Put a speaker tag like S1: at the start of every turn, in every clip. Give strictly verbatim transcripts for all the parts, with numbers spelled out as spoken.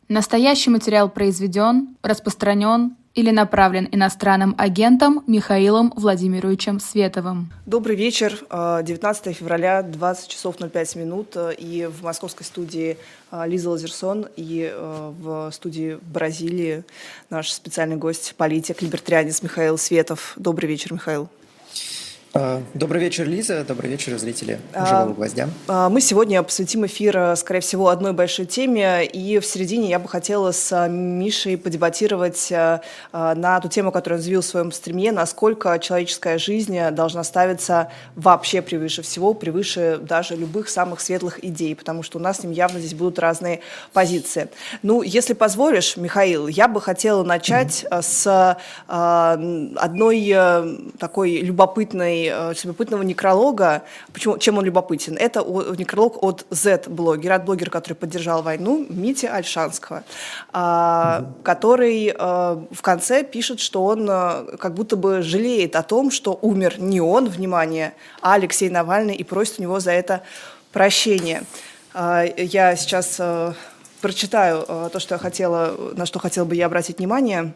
S1: Настоящий материал произведен, распространен или направлен иностранным агентом Михаилом Владимировичем Световым.
S2: Добрый вечер. девятнадцатое февраля, двадцать часов ноль пять минут. И в московской студии Лиза Лазерсон, и в студии в Бразилии наш специальный гость, политик, либертарианец Михаил Светов. Добрый вечер, Михаил.
S3: Добрый вечер, Лиза. Добрый вечер, зрители «Живого гвоздя».
S2: Мы сегодня посвятим эфир, скорее всего, одной большой теме. И в середине я бы хотела с Мишей подебатировать на ту тему, которую он заявил в своем стриме, насколько человеческая жизнь должна ставиться вообще превыше всего, превыше даже любых самых светлых идей, потому что у нас с ним явно здесь будут разные позиции. Ну, если позволишь, Михаил, я бы хотела начать mm-hmm. с одной такой любопытной любопытного некролога. Почему, чем он любопытен? Это некролог от Z-блогера, от блогера, который поддержал войну, Мити Ольшанского, mm-hmm. который в конце пишет, что он как будто бы жалеет о том, что умер не он, внимание, а Алексей Навальный, и просит у него за это прощения. Я сейчас прочитаю то, что я хотела, на что хотела бы я обратить внимание.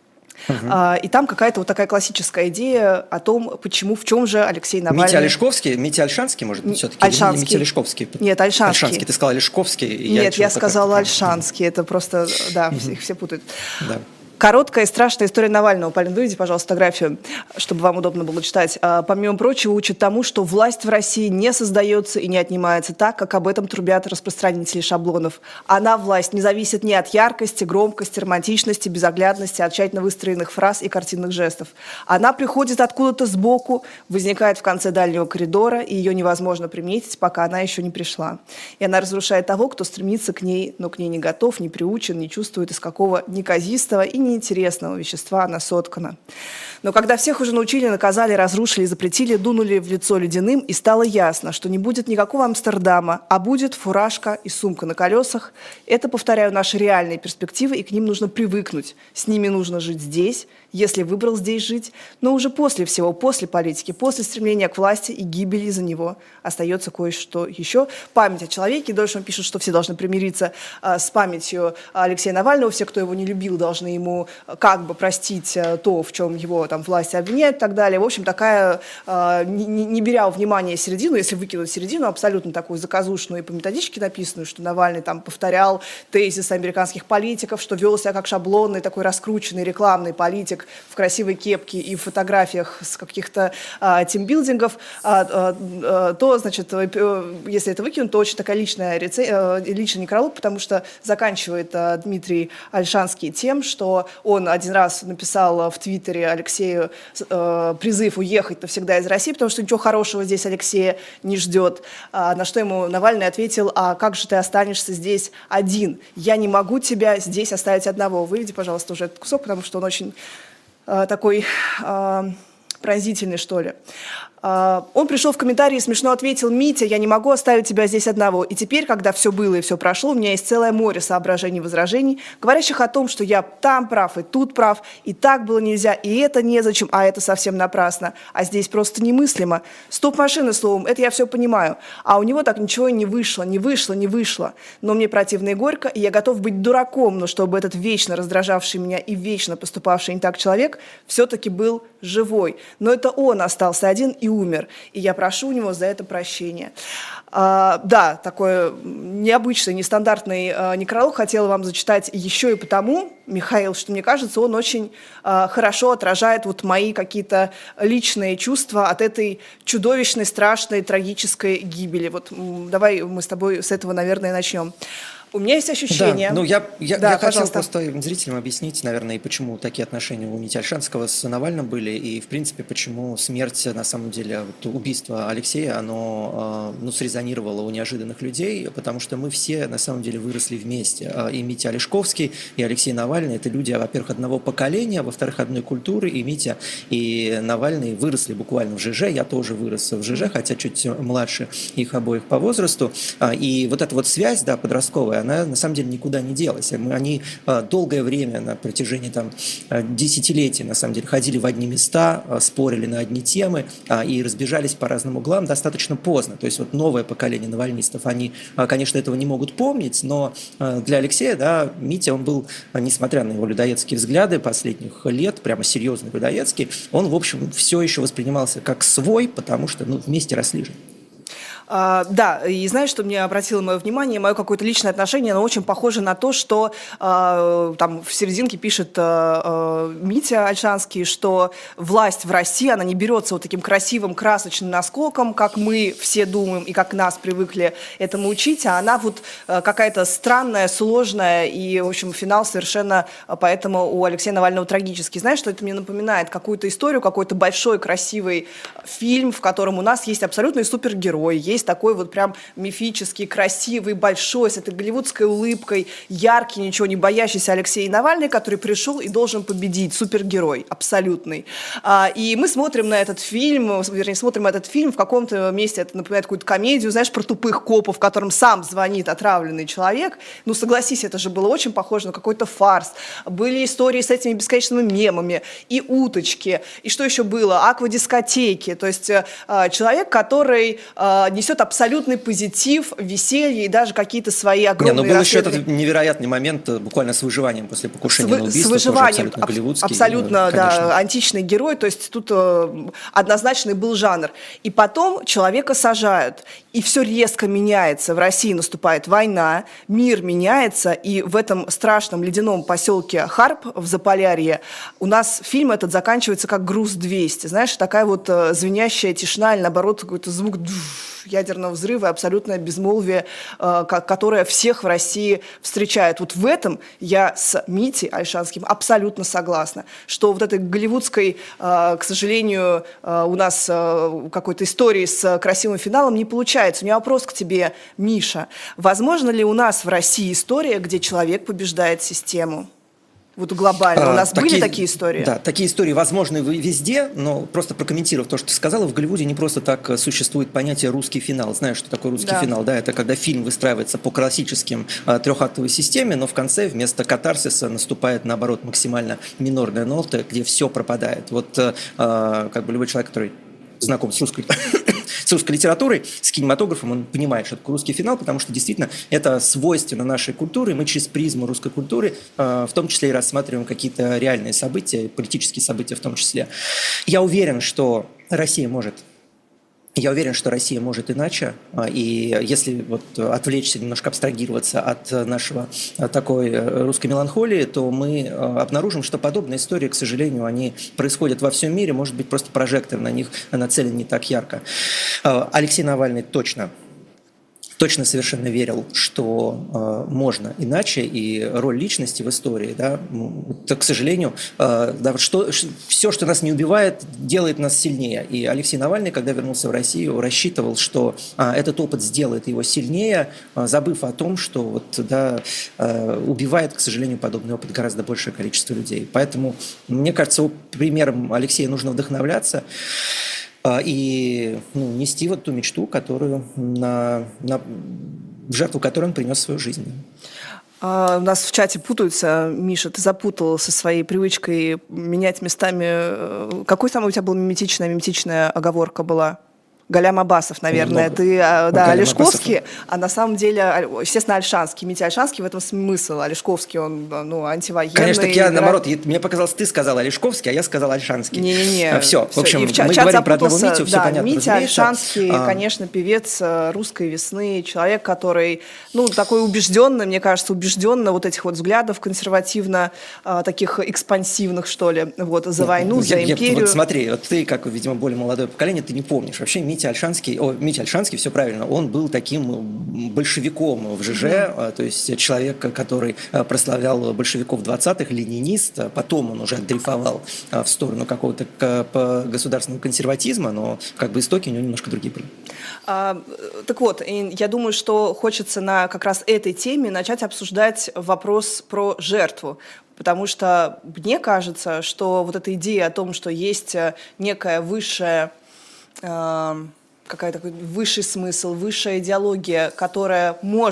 S2: Uh-huh. И там какая-то вот такая классическая идея о том, почему, в чем же Алексей Навальный...
S3: Митя Олешковский? Митя Ольшанский, может быть, все-таки?
S2: Ольшанский.
S3: Митя Олешковский.
S2: Нет, Ольшанский.
S3: Ольшанский. Ты сказала Олешковский.
S2: Нет, я, я сказала Ольшанский. Это просто, да,
S3: uh-huh.
S2: их все путают.
S3: Да.
S2: Короткая и страшная история Навального. Полин, выведи, пожалуйста, фотографию, чтобы вам удобно было читать. А, помимо прочего, учит тому, что власть в России не создается и не отнимается так, как об этом трубят распространители шаблонов. Она, власть, не зависит ни от яркости, громкости, романтичности, безоглядности, от тщательно выстроенных фраз и картинных жестов. Она приходит откуда-то сбоку, возникает в конце дальнего коридора, и ее невозможно приметить, пока она еще не пришла. И она разрушает того, кто стремится к ней, но к ней не готов, не приучен, не чувствует, из какого неказистого и не интересного вещества она соткана. Но когда всех уже научили, наказали, разрушили, запретили, дунули в лицо ледяным, и стало ясно, что не будет никакого Амстердама, а будет фуражка и сумка на колесах. Это, повторяю, наши реальные перспективы, и к ним нужно привыкнуть. С ними нужно жить здесь, если выбрал здесь жить. Но уже после всего, после политики, после стремления к власти и гибели за него остается кое-что еще. Память о человеке. Дальше он пишет, что все должны примириться а, с памятью Алексея Навального. Все, кто его не любил, должны ему как бы простить а, то, в чем его там власть обвиняет и так далее. В общем, такая, а, не, не беря во внимание середину, если выкинуть середину, абсолютно такую заказушную и по методичке написанную, что Навальный там повторял тезисы американских политиков, что вел себя как шаблонный, такой раскрученный рекламный политик в красивой кепке и в фотографиях с каких-то а, тимбилдингов, а, а, то, значит, если это выкинуть, то очень такая личная, реце... личный некролог, потому что заканчивает а, Дмитрий Ольшанский тем, что он один раз написал в Твиттере Алексею а, призыв уехать навсегда из России, потому что ничего хорошего здесь Алексея не ждет. А, на что ему Навальный ответил: а как же ты останешься здесь один? Я не могу тебя здесь оставить одного. Выведи, пожалуйста, уже этот кусок, потому что он очень а, такой а, пронзительный, что ли. Uh, он пришел в комментарии и смешно ответил: «Митя, я не могу оставить тебя здесь одного. И теперь, когда все было и все прошло, у меня есть целое море соображений и возражений, говорящих о том, что я там прав и тут прав, и так было нельзя, и это незачем, а это совсем напрасно. А здесь просто немыслимо. Стоп-машины, словом, это я все понимаю. А у него так ничего и не вышло, не вышло, не вышло. Но мне противно и горько, и я готов быть дураком, но чтобы этот вечно раздражавший меня и вечно поступавший не так человек все-таки был живой. Но это он остался один и умер, и я прошу у него за это прощения». А, да, такой необычный, нестандартный а, некролог хотела вам зачитать еще и потому, Михаил, что, мне кажется, он очень а, хорошо отражает вот мои какие-то личные чувства от этой чудовищной, страшной, трагической гибели. Вот давай мы с тобой с этого, наверное, начнем. У меня есть ощущение...
S3: Да, ну я, я,
S2: да,
S3: я хотел просто зрителям объяснить, наверное, и почему такие отношения у Мити Ольшанского с Навальным были, и, в принципе, почему смерть, на самом деле, вот, убийство Алексея, оно ну, срезонировало у неожиданных людей, потому что мы все, на самом деле, выросли вместе. И Митя Олешковский, и Алексей Навальный – это люди, во-первых, одного поколения, во-вторых, одной культуры, и Митя и Навальный выросли буквально в ЖЖ, я тоже вырос в ЖЖ, хотя чуть младше их обоих по возрасту, и вот эта вот связь, да, подростковая, она на самом деле никуда не делась. Они долгое время, на протяжении там, десятилетий, на самом деле, ходили в одни места, спорили на одни темы и разбежались по разным углам достаточно поздно. То есть вот новое поколение навальнистов, они, конечно, этого не могут помнить, но для Алексея, да, Митя, он был, несмотря на его людоедские взгляды последних лет, прямо серьезный людоедский, он, в общем, все еще воспринимался как свой, потому что ну, вместе росли же.
S2: Uh, да, и знаешь, что мне обратило мое внимание, мое какое-то личное отношение, оно очень похоже на то, что uh, там в серединке пишет uh, uh, Митя Ольшанский, что власть в России, она не берется вот таким красивым, красочным наскоком, как мы все думаем и как нас привыкли этому учить, а она вот uh, какая-то странная, сложная, и, в общем, финал совершенно uh, поэтому у Алексея Навального трагический. Знаешь, что это мне напоминает? Какую-то историю, какой-то большой, красивый фильм, в котором у нас есть абсолютный супергерой, есть такой вот прям мифический, красивый, большой, с этой голливудской улыбкой, яркий, ничего не боящийся Алексей Навальный, который пришел и должен победить, супергерой абсолютный. А, и мы смотрим на этот фильм, вернее, смотрим этот фильм, в каком-то месте это напоминает какую-то комедию, знаешь, про тупых копов, которым сам звонит отравленный человек. Ну, согласись, это же было очень похоже на какой-то фарс. Были истории с этими бесконечными мемами, и уточки, и что еще было? Аквадискотеки. То есть а, человек, который а, несет абсолютный позитив, веселье и даже какие-то свои огромные...
S3: Не, но был еще этот невероятный момент буквально с выживанием после покушения
S2: с
S3: на убийство.
S2: С выживанием,
S3: абсолютно голливудский.
S2: Абсолютно, да, античный герой, то есть тут э, однозначный был жанр. И потом человека сажают, и все резко меняется. В России наступает война, мир меняется, и в этом страшном ледяном поселке Харп в Заполярье у нас фильм этот заканчивается как «Груз двести». Знаешь, такая вот э, звенящая тишина, или наоборот какой-то звук ядерного взрыва, абсолютное безмолвие, э, которое всех в России встречает. Вот в этом я с Митей Ольшанским абсолютно согласна, что вот этой голливудской, э, к сожалению, э, у нас э, какой-то истории с красивым финалом не получается. У меня вопрос к тебе, Миша. Возможно ли у нас в России история, где человек побеждает систему? Вот глобально. У нас а, были такие, такие истории?
S3: Да, такие истории возможны везде, но просто прокомментировав то, что ты сказала, в Голливуде не просто так существует понятие «русский финал». Знаешь, что такое русский да. финал? Да, это когда фильм выстраивается по классическим а, трехактовой системе, но в конце вместо катарсиса наступает, наоборот, максимально минорная нота, где все пропадает. Вот а, как бы любой человек, который знаком с русской... с русской литературой, с кинематографом, он понимает, что такое русский финал, потому что действительно это свойственно нашей культуре, мы через призму русской культуры в том числе и рассматриваем какие-то реальные события, политические события в том числе. Я уверен, что Россия может... Я уверен, что Россия может иначе, и если вот отвлечься, немножко абстрагироваться от нашего такой русской меланхолии, то мы обнаружим, что подобные истории, к сожалению, они происходят во всем мире, может быть, просто прожектор на них нацелен не так ярко. Алексей Навальный точно... точно совершенно верил, что э, можно иначе, и роль личности в истории, да, то, к сожалению, э, да, что, все, что нас не убивает, делает нас сильнее. И Алексей Навальный, когда вернулся в Россию, рассчитывал, что э, этот опыт сделает его сильнее, э, забыв о том, что вот, да, э, убивает, к сожалению, подобный опыт гораздо большее количество людей. Поэтому, мне кажется, примером Алексея нужно вдохновляться и ну, нести вот ту мечту, которую на, на, в жертву которой он принес свою жизнь.
S2: А, у нас в чате путаются. Миша, ты запутал со своей привычкой менять местами. Какой самая у тебя была миметичная, миметичная оговорка была? Галям Аббасов, наверное.
S3: Много.
S2: Ты, да,
S3: Галям
S2: Олешковский,
S3: Аббасов.
S2: А на самом деле, естественно, Ольшанский. Митя Ольшанский в этом смысл. Олешковский, он, ну, антивоенный.
S3: Конечно, так я,
S2: игра...
S3: наоборот, мне показалось, ты сказал Олешковский, а я сказал Ольшанский.
S2: Не-не-не.
S3: Все, в общем,
S2: в чат,
S3: мы
S2: чат
S3: говорим про одного
S2: запутался.
S3: Митю, все
S2: да,
S3: понятно,
S2: Митя Ольшанский,
S3: а...
S2: конечно, певец русской весны, человек, который, ну, такой убежденный, мне кажется, убежденно вот этих вот взглядов консервативно, таких экспансивных, что ли, вот, за войну, я, за я, империю.
S3: Вот смотри, вот ты, как, видимо, более молодое поколение, ты не помнишь. Вообще Митя Ольшанский, о, Митя Ольшанский, все правильно, он был таким большевиком в ЖЖ, mm-hmm. то есть человек, который прославлял большевиков двадцатых, ленинист, потом он уже отдрейфовал в сторону какого-то государственного консерватизма, но как бы истоки у него немножко другие были.
S2: А, так вот, я думаю, что хочется на как раз этой теме начать обсуждать вопрос про жертву. Потому что мне кажется, что вот эта идея о том, что есть некая высшая... какой-то высший смысл, высшая идеология, которая может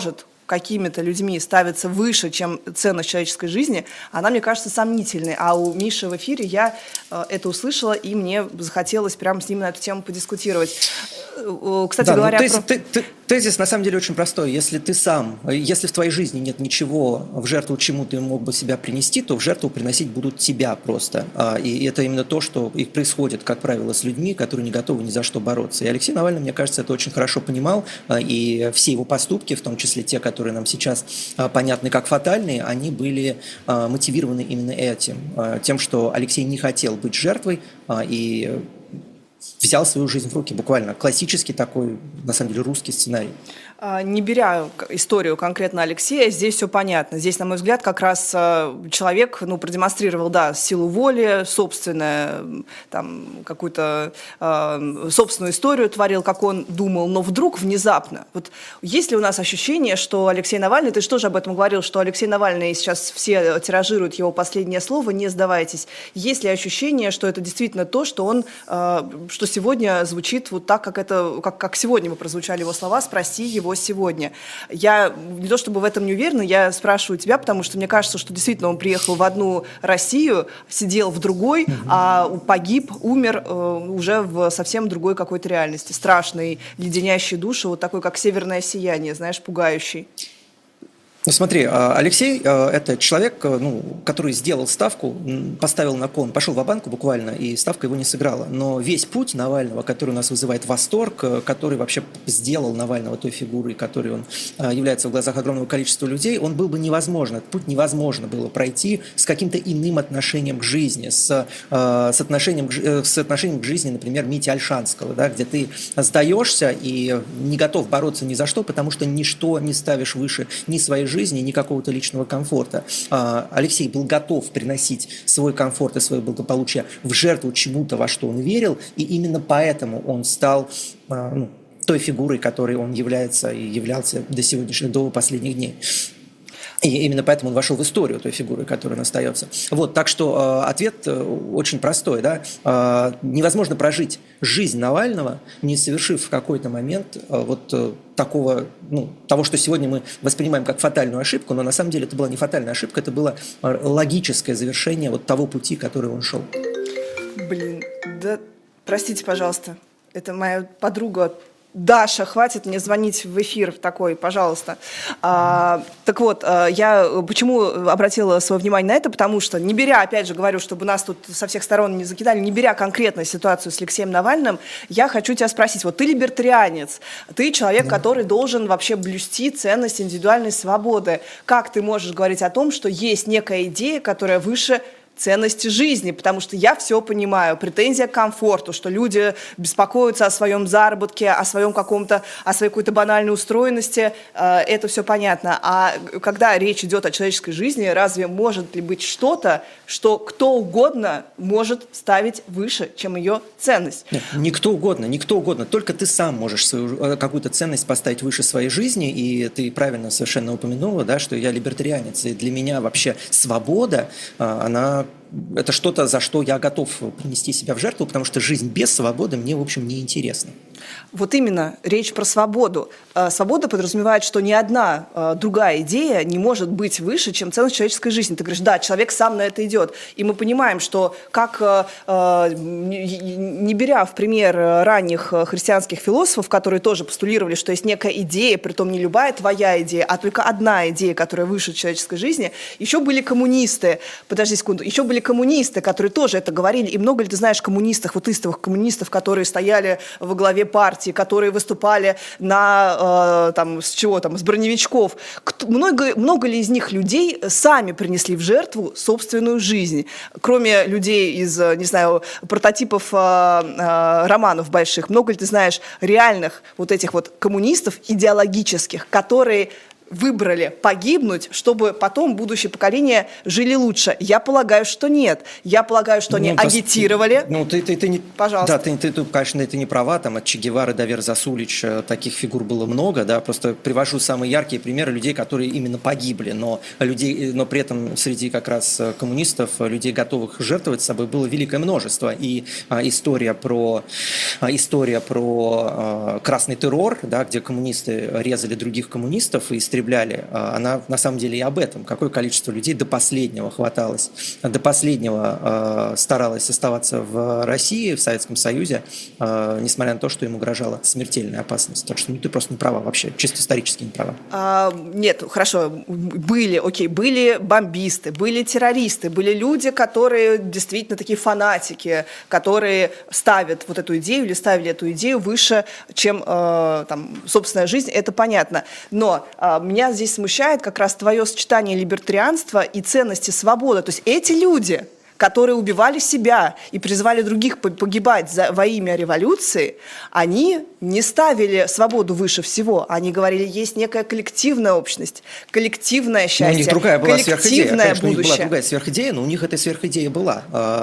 S2: какими-то людьми ставится выше, чем ценность человеческой жизни, она, мне кажется, сомнительной. А у Миши в эфире я э, это услышала, и мне захотелось прямо с ним на эту тему подискутировать. Кстати
S3: да,
S2: говоря,
S3: ну, тезис,
S2: про...
S3: т, т, тезис на самом деле очень простой. Если ты сам, если в твоей жизни нет ничего в жертву, чему ты мог бы себя принести, то в жертву приносить будут тебя просто. И это именно то, что их происходит, как правило, с людьми, которые не готовы ни за что бороться. И Алексей Навальный, мне кажется, это очень хорошо понимал, и все его поступки, в том числе те, которые нам сейчас понятны как фатальные, они были мотивированы именно этим, тем, что Алексей не хотел быть жертвой и взял свою жизнь в руки, буквально. Классический такой, на самом деле, русский сценарий.
S2: Не беря историю конкретно Алексея, здесь все понятно. Здесь, на мой взгляд, как раз человек ну, продемонстрировал, да, силу воли, собственную, там, какую-то э, собственную историю творил, как он думал, но вдруг внезапно. Вот есть ли у нас ощущение, что Алексей Навальный, ты же тоже об этом говорил, что Алексей Навальный, сейчас все тиражируют его последнее слово, не сдавайтесь. Есть ли ощущение, что это действительно то, что он, э, что сегодня звучит вот так, как это, как, как сегодня мы прозвучали его слова, спроси его сегодня. Я не то чтобы в этом не уверена, я спрашиваю тебя, потому что мне кажется, что действительно он приехал в одну Россию, сидел в другой, mm-hmm. а погиб, умер э, уже в совсем другой какой-то реальности. Страшный, леденящий душу, вот такой, как «Северное сияние», знаешь, пугающий.
S3: Ну смотри, Алексей – это человек, ну, который сделал ставку, поставил на кон, пошел ва-банку буквально, и ставка его не сыграла. Но весь путь Навального, который у нас вызывает восторг, который вообще сделал Навального той фигурой, которой он является в глазах огромного количества людей, он был бы невозможен. Этот путь невозможно было пройти с каким-то иным отношением к жизни, с, с, отношением, с отношением к жизни, например, Мити Ольшанского, да, где ты сдаешься и не готов бороться ни за что, потому что ничто не ставишь выше ни своей жизни, ни какого-то личного комфорта. Алексей был готов приносить свой комфорт и свое благополучие в жертву чему-то, во что он верил, и именно поэтому он стал ну, той фигурой, которой он является и являлся до сегодняшних, до последних дней. И именно поэтому он вошел в историю той фигуры, которая он остается. Вот, так что э, ответ э, очень простой. Да? Э, невозможно прожить жизнь Навального, не совершив в какой-то момент э, вот э, такого, ну, того, что сегодня мы воспринимаем как фатальную ошибку, но на самом деле это была не фатальная ошибка, это было логическое завершение вот того пути, который он шел. Блин,
S2: да, простите, пожалуйста, это моя подруга Даша, хватит мне звонить в эфир такой, пожалуйста. А, так вот, я почему обратила свое внимание на это, потому что, не беря, опять же говорю, чтобы нас тут со всех сторон не закидали, не беря конкретно ситуацию с Алексеем Навальным, я хочу тебя спросить, вот ты либертарианец, ты человек, да. который должен вообще блюсти ценность индивидуальной свободы. Как ты можешь говорить о том, что есть некая идея, которая выше ценности жизни, потому что я все понимаю, претензия к комфорту, что люди беспокоятся о своем заработке, о своем каком-то, о своей какой-то банальной устроенности, э, это все понятно. А когда речь идет о человеческой жизни, разве может ли быть что-то, что кто угодно может ставить выше, чем ее ценность?
S3: Нет, не кто угодно, не кто угодно, только ты сам можешь свою какую-то ценность поставить выше своей жизни, и ты правильно совершенно упомянула, да, что я либертарианец, и для меня вообще свобода, она это что-то, за что я готов принести себя в жертву, потому что жизнь без свободы мне, в общем, не интересна.
S2: Вот именно, речь про свободу. Свобода подразумевает, что ни одна другая идея не может быть выше, чем ценность человеческой жизни. Ты говоришь, да, человек сам на это идет. И мы понимаем, что как, не беря в пример ранних христианских философов, которые тоже постулировали, что есть некая идея, притом не любая твоя идея, а только одна идея, которая выше человеческой жизни, еще были коммунисты, подожди секунду, еще были коммунисты, которые тоже это говорили. И много ли ты знаешь коммунистов, вот истовых коммунистов, которые стояли во главе партии, которые выступали на, э, там, с чего там, с броневичков. Кто, много, много ли из них людей сами принесли в жертву собственную жизнь? Кроме людей из, не знаю, прототипов э, э, романов больших, много ли ты знаешь реальных вот этих вот коммунистов идеологических, которые выбрали погибнуть, чтобы потом будущее поколение жили лучше? Я полагаю, что нет. Я полагаю, что они ну, агитировали.
S3: Ну, ты, ты, ты не,
S2: Пожалуйста.
S3: Да, ты, ты, ты, конечно, ты не права. Там от Че Гевары до Веры Засулич таких фигур было много. Да, просто привожу самые яркие примеры людей, которые именно погибли. Но, людей, но при этом среди как раз коммунистов, людей, готовых жертвовать собой, было великое множество. И а, история про, а, история про а, красный террор, да, где коммунисты резали других коммунистов и стреляли истребляли, она на самом деле и об этом. Какое количество людей до последнего хваталось, до последнего старалось оставаться в России, в Советском Союзе, несмотря на то, что им угрожала смертельная опасность. Так что ну, ты просто не права вообще, чисто исторически не права.
S2: А, нет, хорошо, были, окей, были бомбисты, были террористы, были люди, которые действительно такие фанатики, которые ставят вот эту идею или ставили эту идею выше, чем э, там, собственная жизнь, это понятно. Но э, меня здесь смущает как раз твое сочетание либертарианства и ценности свободы. То есть эти люди, которые убивали себя и призывали других погибать за, во имя революции, они не ставили свободу выше всего. Они говорили, есть некая коллективная общность, коллективное счастье,
S3: но у них другая была
S2: коллективное
S3: сверхидея. Конечно,
S2: будущее.
S3: У них была другая сверхидея, но у них эта сверхидея была.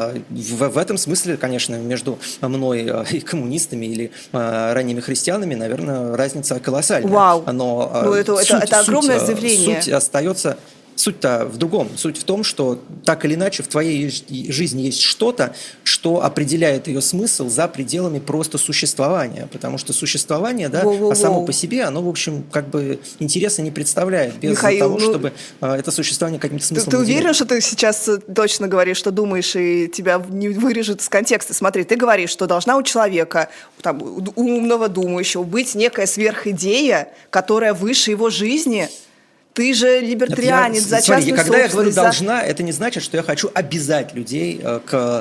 S3: В, в этом смысле, конечно, между мной и коммунистами или ранними христианами, наверное, разница колоссальная.
S2: Вау,
S3: но
S2: ну, это,
S3: суть,
S2: это, это огромное
S3: суть,
S2: заявление.
S3: Суть остается... Суть-то в другом. Суть в том, что так или иначе в твоей жизни есть что-то, что определяет ее смысл за пределами просто существования. Потому что существование, да,
S2: Воу-воу-воу.
S3: а само по себе, оно, в общем, как бы интереса не представляет без
S2: Михаил,
S3: того,
S2: ну,
S3: чтобы а, это существование каким-то смыслом
S2: Ты, ты
S3: наделять.
S2: уверен, что ты сейчас точно говоришь, что думаешь, и тебя не вырежет из контекста? Смотри, ты говоришь, что должна у человека, там, умного, думающего, быть некая сверхидея, которая выше его жизни. Ты же либертарианец,
S3: я,
S2: за
S3: смотри,
S2: частную
S3: когда я говорю
S2: за...
S3: «должна», это не значит, что я хочу обязать людей э, к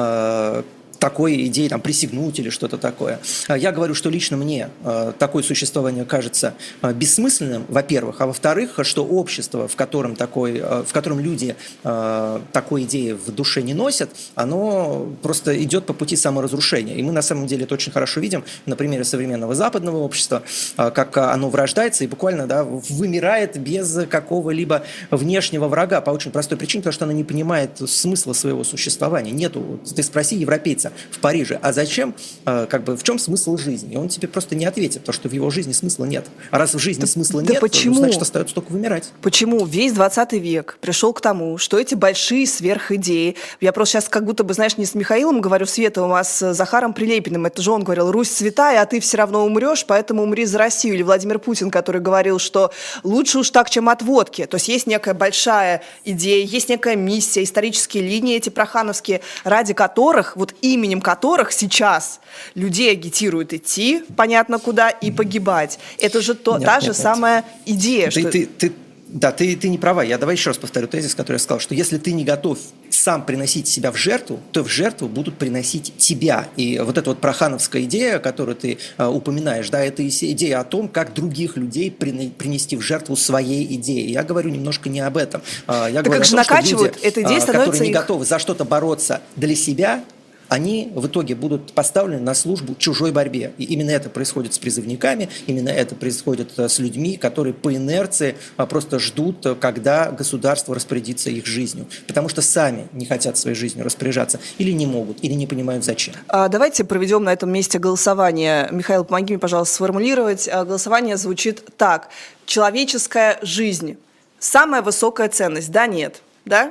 S3: э, такой идее, там, присягнуть или что-то такое. Я говорю, что лично мне э, такое существование кажется э, бессмысленным, во-первых, а во-вторых, что общество, в котором, такой, э, в котором люди э, такой идеи в душе не носят, оно просто идет по пути саморазрушения. И мы на самом деле это очень хорошо видим на примере современного западного общества, э, как оно врождается и буквально да, вымирает без какого-либо внешнего врага по очень простой причине, потому что оно не понимает смысла своего существования. Нету. Ты спроси европейца в Париже, а зачем, э, как бы, в чем смысл жизни? И он тебе просто не ответит, потому что в его жизни смысла нет. А раз в жизни да, смысла
S2: да
S3: нет,
S2: почему?
S3: то, значит, остается только вымирать.
S2: Почему весь двадцатый век пришел к тому, что эти большие сверхидеи, я просто сейчас как будто бы, знаешь, не с Михаилом говорю Световым, а с Захаром Прилепиным, это же он говорил, Русь святая, а ты все равно умрешь, поэтому умри за Россию. Или Владимир Путин, который говорил, что лучше уж так, чем от водки. То есть есть некая большая идея, есть некая миссия, исторические линии эти прохановские, ради которых, вот именем которых сейчас людей агитируют идти, понятно куда, и погибать. Это же то,
S3: нет,
S2: та
S3: нет,
S2: же
S3: нет.
S2: самая идея.
S3: Ты,
S2: что...
S3: ты, ты, да, ты, ты не права. Я давай еще раз повторю тезис, который я сказал, что если ты не готов сам приносить себя в жертву, то в жертву будут приносить тебя. И вот эта вот прохановская идея, которую ты э, упоминаешь, да, это идея о том, как других людей принести в жертву своей идеи. Я говорю немножко не об этом. Э, я
S2: так
S3: говорю
S2: как
S3: о
S2: же
S3: том,
S2: накачивают,
S3: что люди,
S2: эта идея
S3: э,
S2: становится
S3: которые не
S2: их...
S3: готовы за что-то бороться для себя, они в итоге будут поставлены на службу чужой борьбе. И именно это происходит с призывниками, именно это происходит с людьми, которые по инерции просто ждут, когда государство распорядится их жизнью. Потому что сами не хотят своей жизнью распоряжаться, или не могут, или не понимают зачем.
S2: А давайте проведем на этом месте голосование. Михаил, помоги мне, пожалуйста, сформулировать. Голосование звучит так. Человеческая жизнь. Самая высокая ценность. Да, нет? Да?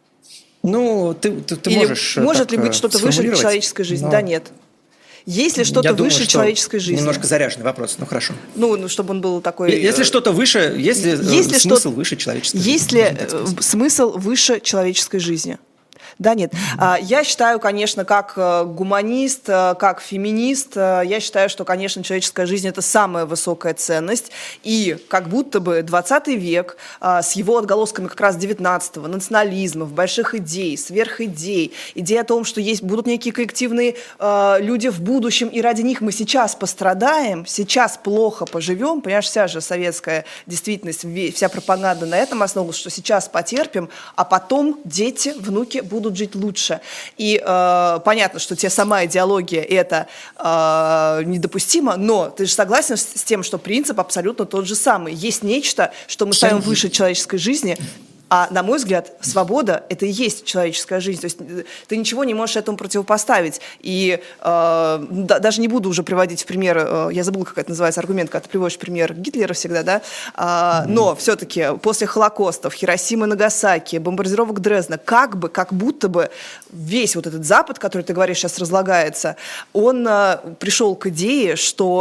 S3: Ну, ты, ты, ты
S2: Или
S3: можешь
S2: может
S3: так
S2: ли быть что-то выше человеческой жизни? Но... Да, нет. Есть ли что-то выше
S3: думаю,
S2: человеческой жизни?
S3: Немножко заряженный вопрос, ну хорошо.
S2: Ну, ну чтобы он был такой...
S3: Если что-то выше, есть ли
S2: есть ли
S3: смысл
S2: что...
S3: выше человеческой
S2: есть
S3: жизни?
S2: Есть ли смысл выше человеческой жизни? Да, нет. Mm-hmm. Я считаю, конечно, как гуманист, как феминист, я считаю, что, конечно, человеческая жизнь – это самая высокая ценность. И как будто бы двадцатый век с его отголосками как раз девятнадцатого, национализмов, больших идей, сверхидей, идей о том, что есть, будут некие коллективные люди в будущем, и ради них мы сейчас пострадаем, сейчас плохо поживем. Понимаешь, вся же советская действительность, вся пропаганда на этом основана, что сейчас потерпим, а потом дети, внуки будут жить лучше. И э, понятно, что тебе сама идеология это э, недопустимо, но ты же согласен с, с тем, что принцип абсолютно тот же самый. Есть нечто, что мы ставим выше человеческой жизни, а, на мой взгляд, свобода – это и есть человеческая жизнь. То есть ты ничего не можешь этому противопоставить. И э, да, даже не буду уже приводить в пример, э, я забыла, как это называется, аргумент, когда ты приводишь пример Гитлера всегда, да? А, mm-hmm. Но все-таки после Холокоста, Хиросимы, Нагасаки, бомбардировок Дрездена, как бы, как будто бы весь вот этот Запад, который ты говоришь сейчас разлагается, он э, пришел к идее, что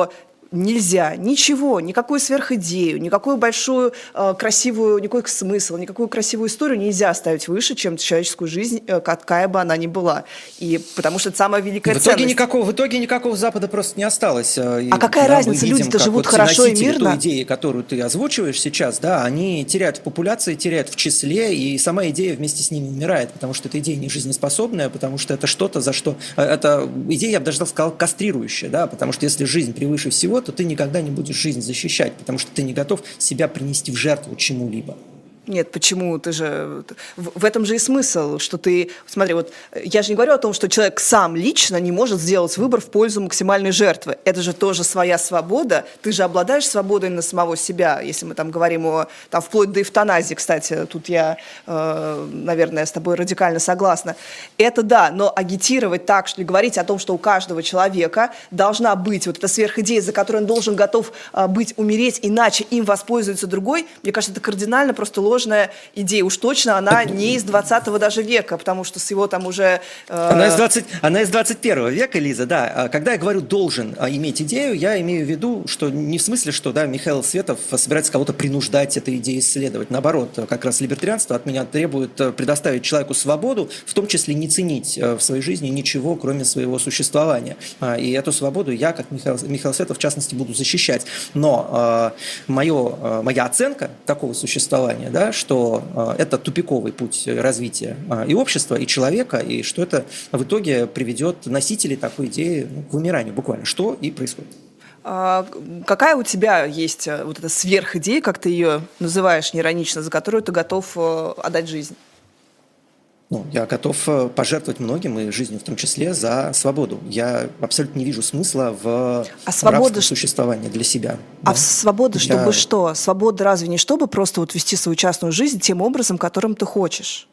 S2: нельзя ничего, никакую сверхидею, никакую большую э, красивую, никакой смысл, никакую красивую историю нельзя ставить выше, чем человеческую жизнь, э, какая бы она ни была. И потому что это самая великая
S3: в итоге
S2: ценность.
S3: Никакого, в итоге никакого Запада просто не осталось. И,
S2: а какая
S3: да,
S2: разница? Люди-то живут
S3: вот
S2: хорошо и мирно.
S3: Той идеи, которую ты озвучиваешь сейчас, да, они теряют в популяции, теряют в числе, и сама идея вместе с ними умирает, потому что эта идея не жизнеспособная, потому что это что-то, за что... Это идея, я бы даже сказал, кастрирующая, да, потому что если жизнь превыше всего, то ты никогда не будешь жизнь защищать, потому что ты не готов себя принести в жертву чему-либо.
S2: Нет, почему? Ты же... В этом же и смысл, что ты... Смотри, вот я же не говорю о том, что человек сам лично не может сделать выбор в пользу максимальной жертвы. Это же тоже своя свобода. Ты же обладаешь свободой на самого себя, если мы там говорим о... Там, вплоть до эвтаназии, кстати, тут я, э, наверное, с тобой радикально согласна. Это да, но агитировать так, что ли, говорить о том, что у каждого человека должна быть вот эта сверхидея, за которой он должен готов э, быть, умереть, иначе им воспользуется другой, мне кажется, это кардинально просто ложно идея. Уж точно она не из двадцатого даже века, потому что с его там уже... Э...
S3: Она, из двадцать, она из двадцать первого века, Лиза, да. Когда я говорю «должен иметь идею», я имею в виду, что не в смысле, что да, Михаил Светов собирается кого-то принуждать этой идеей исследовать. Наоборот, как раз либертарианство от меня требует предоставить человеку свободу, в том числе не ценить в своей жизни ничего, кроме своего существования. И эту свободу я, как Михаил, Михаил Светов, в частности, буду защищать. Но э, мое, моя оценка такого существования, да, что э, это тупиковый путь развития э, и общества, и человека, и что это в итоге приведет носителей такой идеи ну, к вымиранию буквально, что и происходит.
S2: А какая у тебя есть вот эта сверхидея, как ты ее называешь неиронично, за которую ты готов э, отдать жизнь?
S3: Ну, я готов пожертвовать многим, и жизнью в том числе, за свободу. Я абсолютно не вижу смысла в
S2: а свобода...
S3: рабском существовании для себя.
S2: А
S3: да.
S2: свобода, чтобы
S3: я...
S2: что? Свобода разве не чтобы просто вот вести свою частную жизнь тем образом, которым ты хочешь?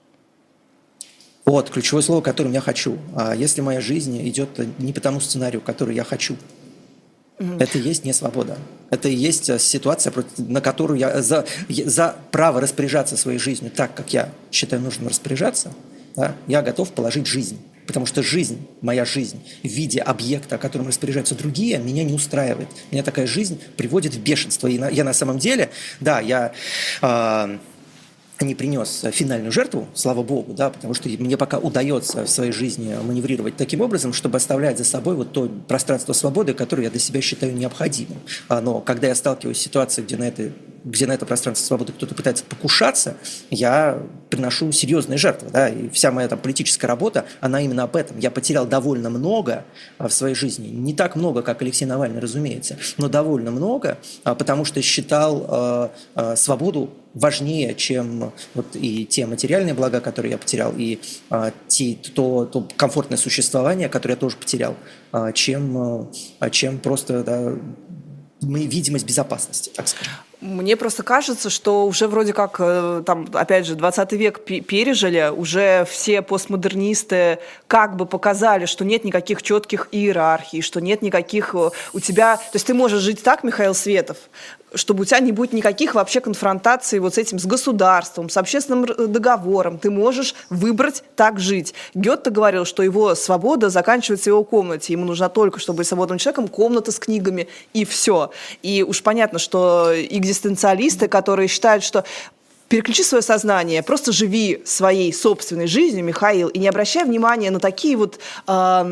S3: Вот, ключевое слово, которым я хочу. А если моя жизнь идет не по тому сценарию, который я хочу, mm-hmm. это и есть не свобода. Это и есть ситуация, на которую я за, за право распоряжаться своей жизнью так, как я считаю нужным распоряжаться, да, я готов положить жизнь. Потому что жизнь, моя жизнь в виде объекта, которым распоряжаются другие, меня не устраивает. Меня такая жизнь приводит в бешенство. И на, я на самом деле, да, я... Э, не принес финальную жертву, слава богу, да, потому что мне пока удается в своей жизни маневрировать таким образом, чтобы оставлять за собой вот то пространство свободы, которое я для себя считаю необходимым. Но когда я сталкиваюсь с ситуацией, где на это, где на это пространство свободы кто-то пытается покушаться, я приношу серьезные жертвы. Да, и вся моя там политическая работа, она именно об этом. Я потерял довольно много в своей жизни. Не так много, как Алексей Навальный, разумеется, но довольно много, потому что считал свободу важнее, чем вот и те материальные блага, которые я потерял, и а, те, то, то комфортное существование, которое я тоже потерял, а, чем, а, чем просто да, видимость безопасности, так скажем.
S2: Мне просто кажется, что уже вроде как, там, опять же, двадцатый век пережили, уже все постмодернисты как бы показали, что нет никаких четких иерархий, что нет никаких у тебя... То есть ты можешь жить так, Михаил Светов, чтобы у тебя не будет никаких вообще конфронтаций вот с этим, с государством, с общественным договором. Ты можешь выбрать так жить. Гетте говорил, что его свобода заканчивается в его комнате. Ему нужна только, чтобы быть свободным человеком, комната с книгами и все. И уж понятно, что экзистенциалисты, которые считают, что переключи свое сознание, просто живи своей собственной жизнью, Михаил, и не обращай внимания на такие вот э,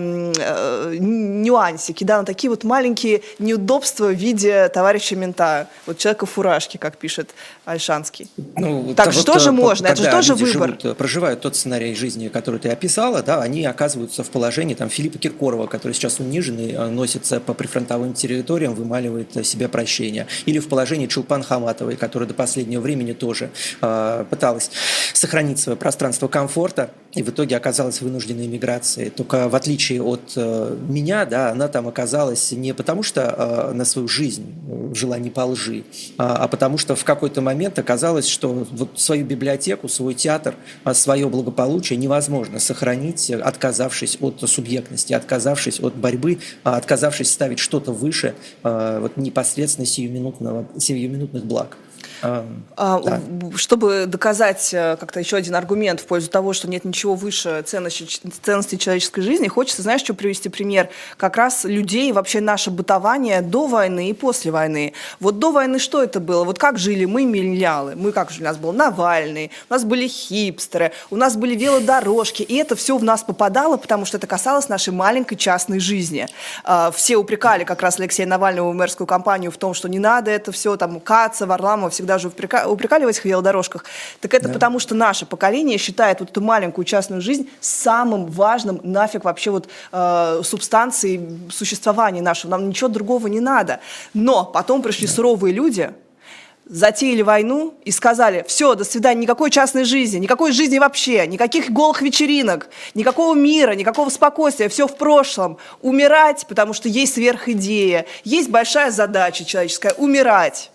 S2: э, нюансики, да, на такие вот маленькие неудобства в виде товарища мента, вот человека в фуражке, как пишет Ольшанский.
S3: Ну,
S2: так что
S3: вот,
S2: же можно? Это же тоже выбор.
S3: Живут, проживают тот сценарий жизни, который ты описала, да, они оказываются в положении там, Филиппа Киркорова, который сейчас униженный, носится по прифронтовым территориям, вымаливает себе прощение. Или в положении Чулпан Хаматовой, которая до последнего времени тоже пыталась сохранить свое пространство комфорта и в итоге оказалась в вынужденной миграции. Только в отличие от э, меня, да, она там оказалась не потому, что э, на свою жизнь жила не по лжи, а, а потому что в какой-то момент оказалось, что вот свою библиотеку, свой театр, свое благополучие невозможно сохранить, отказавшись от субъектности, отказавшись от борьбы, отказавшись ставить что-то выше э, вот непосредственно сиюминутного, сиюминутных благ. А,
S2: а,
S3: да.
S2: Чтобы доказать как-то еще один аргумент в пользу того, что нет ничего выше ценности, ценности человеческой жизни, хочется, знаешь, что привести пример как раз людей, вообще наше бытование до войны и после войны. Вот до войны что это было? Вот как жили мы, миллениалы? Мы как жили? У нас был Навальный, у нас были хипстеры, у нас были велодорожки, и это все в нас попадало, потому что это касалось нашей маленькой частной жизни. Все упрекали как раз Алексея Навального и мэрскую кампанию в том, что не надо это все, там, Каца, Варламова всегда же упрекали в этих велодорожках. Так это да. потому, что наше поколение считает вот эту маленькую частную жизнь самым важным нафиг вообще вот э, субстанцией существования нашего. Нам ничего другого не надо. Но потом пришли да. суровые люди, затеяли войну и сказали: все, до свидания, никакой частной жизни, никакой жизни вообще, никаких голых вечеринок, никакого мира, никакого спокойствия, все в прошлом. Умирать, потому что есть сверхидея, есть большая задача человеческая — умирать.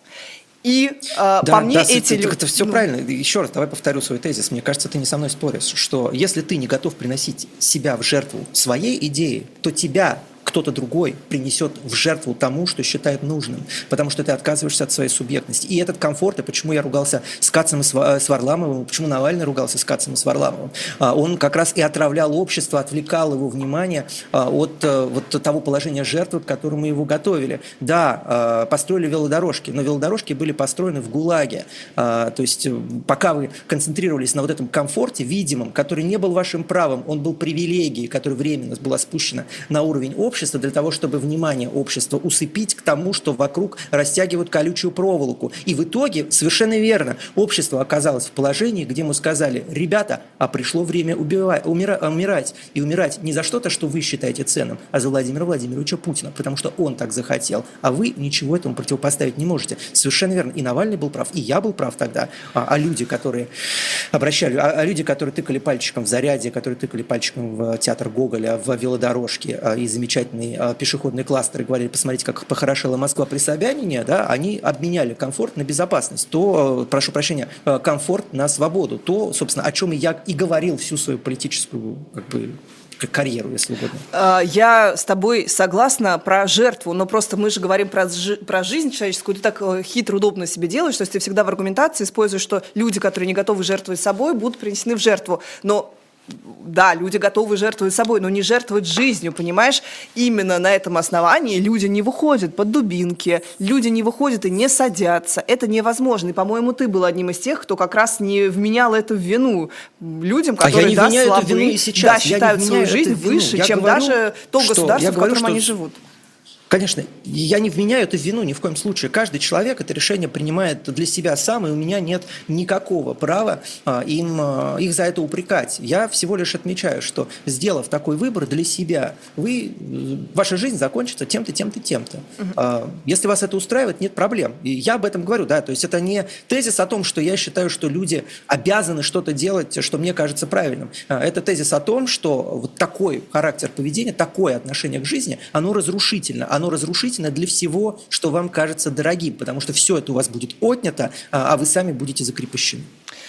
S2: И э, да, по мне
S3: да,
S2: эти люди...
S3: Это все ну... правильно. Еще раз, давай повторю свой тезис. Мне кажется, ты не со мной споришь, что если ты не готов приносить себя в жертву своей идеи, то тебя кто-то другой принесет в жертву тому, что считает нужным, потому что ты отказываешься от своей субъектности. И этот комфорт, и почему я ругался с Кацем и с Варламовым, почему Навальный ругался с Кацем и с Варламовым, он как раз и отравлял общество, отвлекал его внимание от вот того положения жертвы, к которому его готовили. Да, построили велодорожки, но велодорожки были построены в ГУЛАГе. То есть пока вы концентрировались на вот этом комфорте видимом, который не был вашим правом, он был привилегией, которая временно была спущена на уровень общества, для того, чтобы внимание общества усыпить к тому, что вокруг растягивают колючую проволоку. И в итоге, совершенно верно, общество оказалось в положении, где мы сказали: ребята, а пришло время убивать, умира, умирать. И умирать не за что-то, что вы считаете ценным, а за Владимира Владимировича Путина, потому что он так захотел, а вы ничего этому противопоставить не можете. Совершенно верно. И Навальный был прав, и я был прав тогда. А, а люди, которые обращали, а, а люди, которые тыкали пальчиком в Зарядье, которые тыкали пальчиком в театр Гоголя, в велодорожке а, и замечательные пешеходные кластеры, говорили: посмотрите, как похорошела Москва при Собянине, да, они обменяли комфорт на безопасность, то, прошу прощения, комфорт на свободу, то, собственно, о чем я и говорил всю свою политическую, как бы, карьеру, если угодно.
S2: Я с тобой согласна про жертву, но просто мы же говорим про, жи- про жизнь человеческую. Ты так хитро, удобно себе делаешь, то есть ты всегда в аргументации используешь, что люди, которые не готовы жертвовать собой, будут принесены в жертву. Но да, люди готовы жертвовать собой, но не жертвовать жизнью, понимаешь? Именно на этом основании люди не выходят под дубинки, люди не выходят и не садятся. Это невозможно. И, по-моему, ты был одним из тех, кто как раз не вменял это в вину людям, которые,
S3: а я не
S2: да,
S3: вменяю
S2: слабы,
S3: эту вину и сейчас.
S2: да,
S3: Я
S2: считают свою жизнь выше,
S3: я
S2: чем
S3: говорю,
S2: даже то
S3: что,
S2: государство, в
S3: говорю,
S2: котором
S3: что...
S2: они живут.
S3: Конечно, я не вменяю это в вину ни в коем случае. Каждый человек это решение принимает для себя сам, и у меня нет никакого права а, им, а, их за это упрекать. Я всего лишь отмечаю, что, сделав такой выбор для себя, вы, ваша жизнь закончится тем-то, тем-то, тем-то. Uh-huh. А, если вас это устраивает, нет проблем. И я об этом говорю, да, то есть это не тезис о том, что я считаю, что люди обязаны что-то делать, что мне кажется правильным. А, это тезис о том, что вот такой характер поведения, такое отношение к жизни, оно разрушительно. Оно разрушительно для всего, что вам кажется дорогим, потому что все это у вас будет отнято, а вы сами будете закрепощены.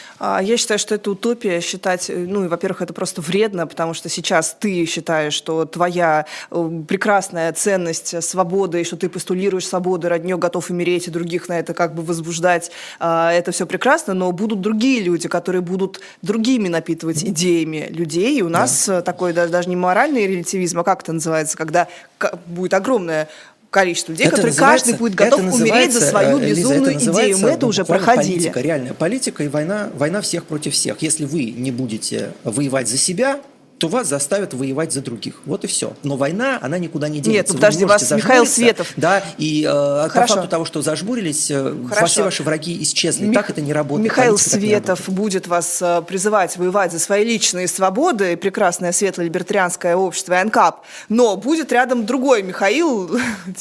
S2: Я считаю, что это утопия считать, ну, и, во-первых, это просто вредно, потому что сейчас ты считаешь, что твоя прекрасная ценность свободы, и что ты постулируешь свободу, ради нее готов умереть, и других на это как бы возбуждать, это все прекрасно, но будут другие люди, которые будут другими напитывать идеями людей, и у нас да. такой даже, даже не моральный релятивизм, а как это называется, когда будет огромное количество людей,
S3: это
S2: которые каждый будет готов умереть за свою безумную Лиза, идею. Мы это ну, уже проходили.
S3: Политика, реальная политика и война, война всех против всех. Если вы не будете воевать за себя, то вас заставят воевать за других. Вот и все. Но война, она никуда не денется.
S2: Нет, ну, подожди, вас Михаил Светов.
S3: Да, и э, по факту того, что зажмурились, э, все ваши враги исчезли. Мих... Так это не работает.
S2: Михаил Светов будет вас э, призывать воевать за свои личные свободы, прекрасное светло-либертарианское общество и АНКАП, но будет рядом другой Михаил,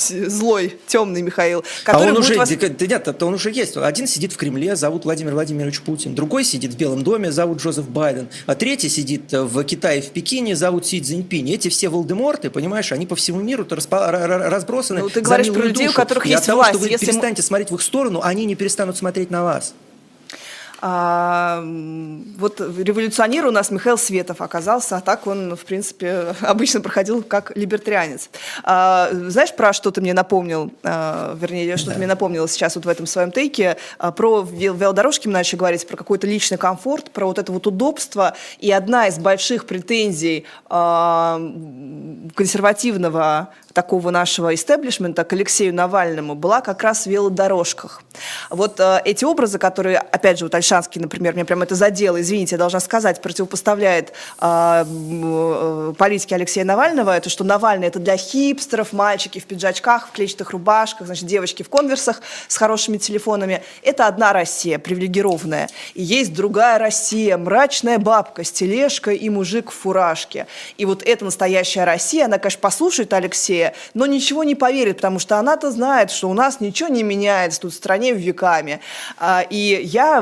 S2: злой, темный Михаил, который
S3: а он
S2: будет
S3: уже,
S2: вас...
S3: Нет, он уже есть. Один сидит в Кремле, зовут Владимир Владимирович Путин. Другой сидит в Белом доме, зовут Джозеф Байден. А третий сидит в Китае, в Пекине, зовут Си Цзиньпинь. Эти все Волдеморты, понимаешь, они по всему миру разбросаны.
S2: Ну, ты говоришь про людей, у которых
S3: и
S2: есть
S3: от того,
S2: власть.
S3: что вы
S2: если
S3: перестанете мы... смотреть в их сторону, они не перестанут смотреть на вас.
S2: А, вот революционер у нас Михаил Светов оказался, а так он, в принципе, обычно проходил как либертарианец. А, знаешь, про что ты мне напомнил, а, вернее, что да. ты мне напомнил сейчас вот в этом своем тейке, а, про велодорожки мы начали говорить, про какой-то личный комфорт, про вот это вот удобство, и одна из больших претензий а, консервативного такого нашего истеблишмента к Алексею Навальному была как раз в велодорожках. Вот э, эти образы, которые, опять же, вот Ольшанский, например, меня прям это задело, извините, я должна сказать, противопоставляет э, э, политике Алексея Навального, это что Навальный это для хипстеров, мальчики в пиджачках, в клетчатых рубашках, значит, девочки в конверсах с хорошими телефонами. Это одна Россия, привилегированная. И есть другая Россия, мрачная бабка с тележкой и мужик в фуражке. И вот эта настоящая Россия, она, конечно, послушает Алексея, но ничего не поверит, потому что она-то знает, что у нас ничего не меняется тут в стране веками. И я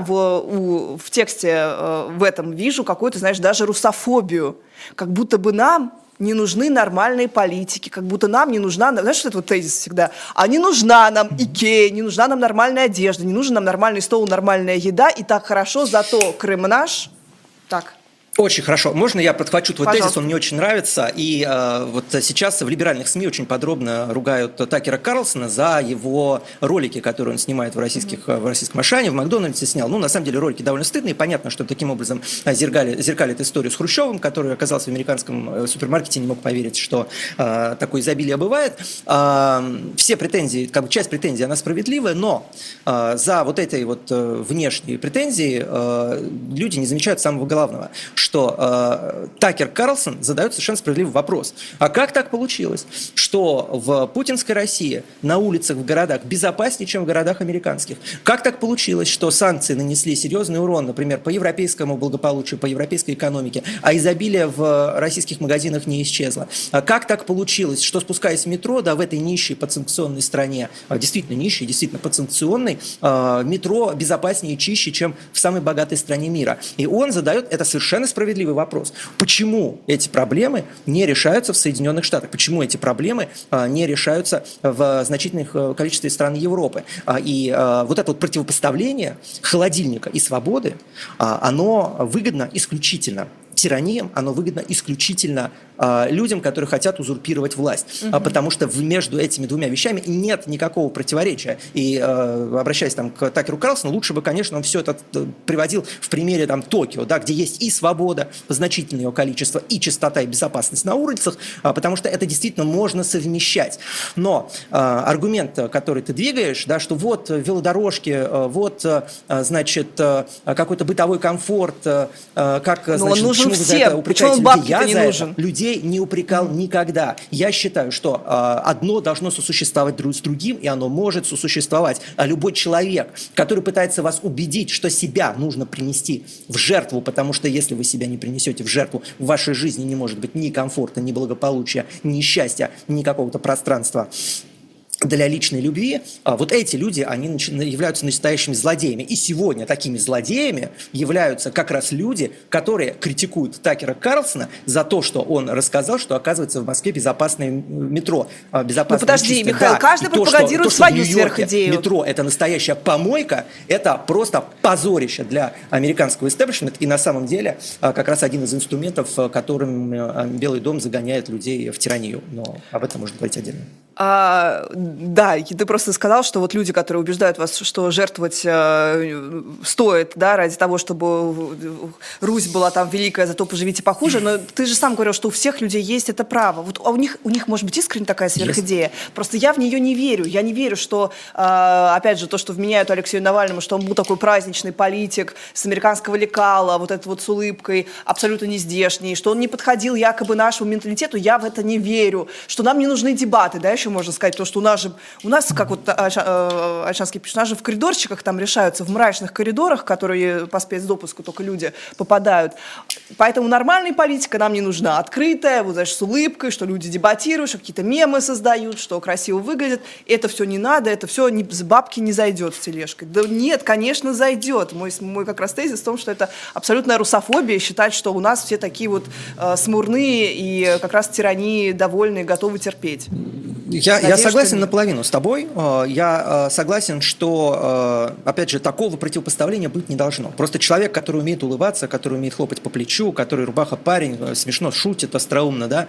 S2: в, в тексте в этом вижу какую-то, знаешь, даже русофобию. Как будто бы нам не нужны нормальные политики, как будто нам не нужна, знаешь, что это вот тезис всегда, а не нужна нам Икея, не нужна нам нормальная одежда, не нужен нам нормальный стол, нормальная еда, и так хорошо, зато Крым наш. Так.
S3: Очень хорошо. Можно я подхвачу твой Пожалуйста. тезис? Он мне очень нравится. И э, вот сейчас в либеральных СМИ очень подробно ругают Такера Карлсона за его ролики, которые он снимает в, российских, mm-hmm. в российском Ашане, в Макдональдсе снял. Ну, на самом деле, ролики довольно стыдные. Понятно, что таким образом зеркали, зеркалит историю с Хрущевым, который оказался в американском супермаркете, не мог поверить, что э, такое изобилие бывает. Э, все претензии, как бы часть претензий, она справедливая, но э, за вот этой вот э, внешней претензией э, люди не замечают самого главного, что э, Такер Карлсон задает совершенно справедливый вопрос. А как так получилось, что в путинской России на улицах в городах безопаснее, чем в городах американских? Как так получилось, что санкции нанесли серьезный урон, например, по европейскому благополучию, по европейской экономике, а изобилие в российских магазинах не исчезло? А как так получилось, что, спускаясь в метро, да, в этой нищей подсанкционной стране, действительно нищей, действительно подсанкционной, э, метро безопаснее и чище, чем в самой богатой стране мира? И он задает это совершенно справедливый вопрос. Почему эти проблемы не решаются в Соединенных Штатах? Почему эти проблемы а, не решаются в значительных а, количестве стран Европы? А, и а, вот это вот противопоставление холодильника и свободы, а, оно выгодно исключительно тираниям, оно выгодно исключительно э, людям, которые хотят узурпировать власть. Угу. А, потому что в, между этими двумя вещами нет никакого противоречия. И э, обращаясь там, к Такеру Карлсону, лучше бы, конечно, он все это приводил в примере там, Токио, да, где есть и свобода, значительное ее количество, и чистота, и безопасность на улицах, а, потому что это действительно можно совмещать. Но э, аргумент, который ты двигаешь, да, что вот велодорожки, э, вот, э, значит, э, какой-то бытовой комфорт, э, как, значит, почему вы за это упрекаете людей? Я не за нужен. это людей не упрекал mm-hmm. никогда. Я считаю, что э, одно должно сосуществовать друг с другим, и оно может сосуществовать. А любой человек, который пытается вас убедить, что себя нужно принести в жертву, потому что если вы себя не принесете в жертву, в вашей жизни не может быть ни комфорта, ни благополучия, ни счастья, ни какого-то пространства для личной любви, вот эти люди, они являются настоящими злодеями. И сегодня такими злодеями являются как раз люди, которые критикуют Такера Карлсона за то, что он рассказал, что, оказывается, в Москве безопасное метро. Безопасное,
S2: ну подожди,
S3: чистое.
S2: Михаил,
S3: да.
S2: каждый
S3: то,
S2: пропагандирует
S3: что, то,
S2: свою сверхидею.
S3: Метро – это настоящая помойка, это просто позорище для американского истеблишмента. И на самом деле как раз один из инструментов, которым Белый дом загоняет людей в тиранию. Но об этом можно говорить отдельно.
S2: А, да, ты просто сказал, что вот люди, которые убеждают вас, что жертвовать э, стоит, да, ради того, чтобы Русь была там великая, зато поживите похуже, но ты же сам говорил, что у всех людей есть это право. Вот, а у них, у них может быть искренне такая сверхидея. Yes. Просто я в нее не верю. Я не верю, что, э, опять же, то, что вменяют Алексею Навальному, что он был такой праздничный политик с американского лекала, вот это вот с улыбкой, абсолютно не здешний, что он не подходил якобы нашему менталитету, я в это не верю, что нам не нужны дебаты, да, еще можно сказать, то, что у нас же, у нас, как вот Ольшанский пишет, у нас же в коридорчиках там решаются, в мрачных коридорах, которые по спецдопуску только люди попадают. Поэтому нормальная политика нам не нужна. Открытая, вот, знаешь, с улыбкой, что люди дебатируют, что какие-то мемы создают, что красиво выглядит. Это все не надо, это все не, с бабки не зайдет с тележкой. Да нет, конечно, зайдет. Мой, мой как раз тезис в том, что это абсолютная русофобия, считать, что у нас все такие вот э, смурные и как раз тирании довольные, готовы терпеть.
S3: Я, я согласен наполовину с тобой. Я согласен, что, опять же, такого противопоставления быть не должно. Просто человек, который умеет улыбаться, который умеет хлопать по плечу, который рубаха парень, смешно шутит, остроумно, да,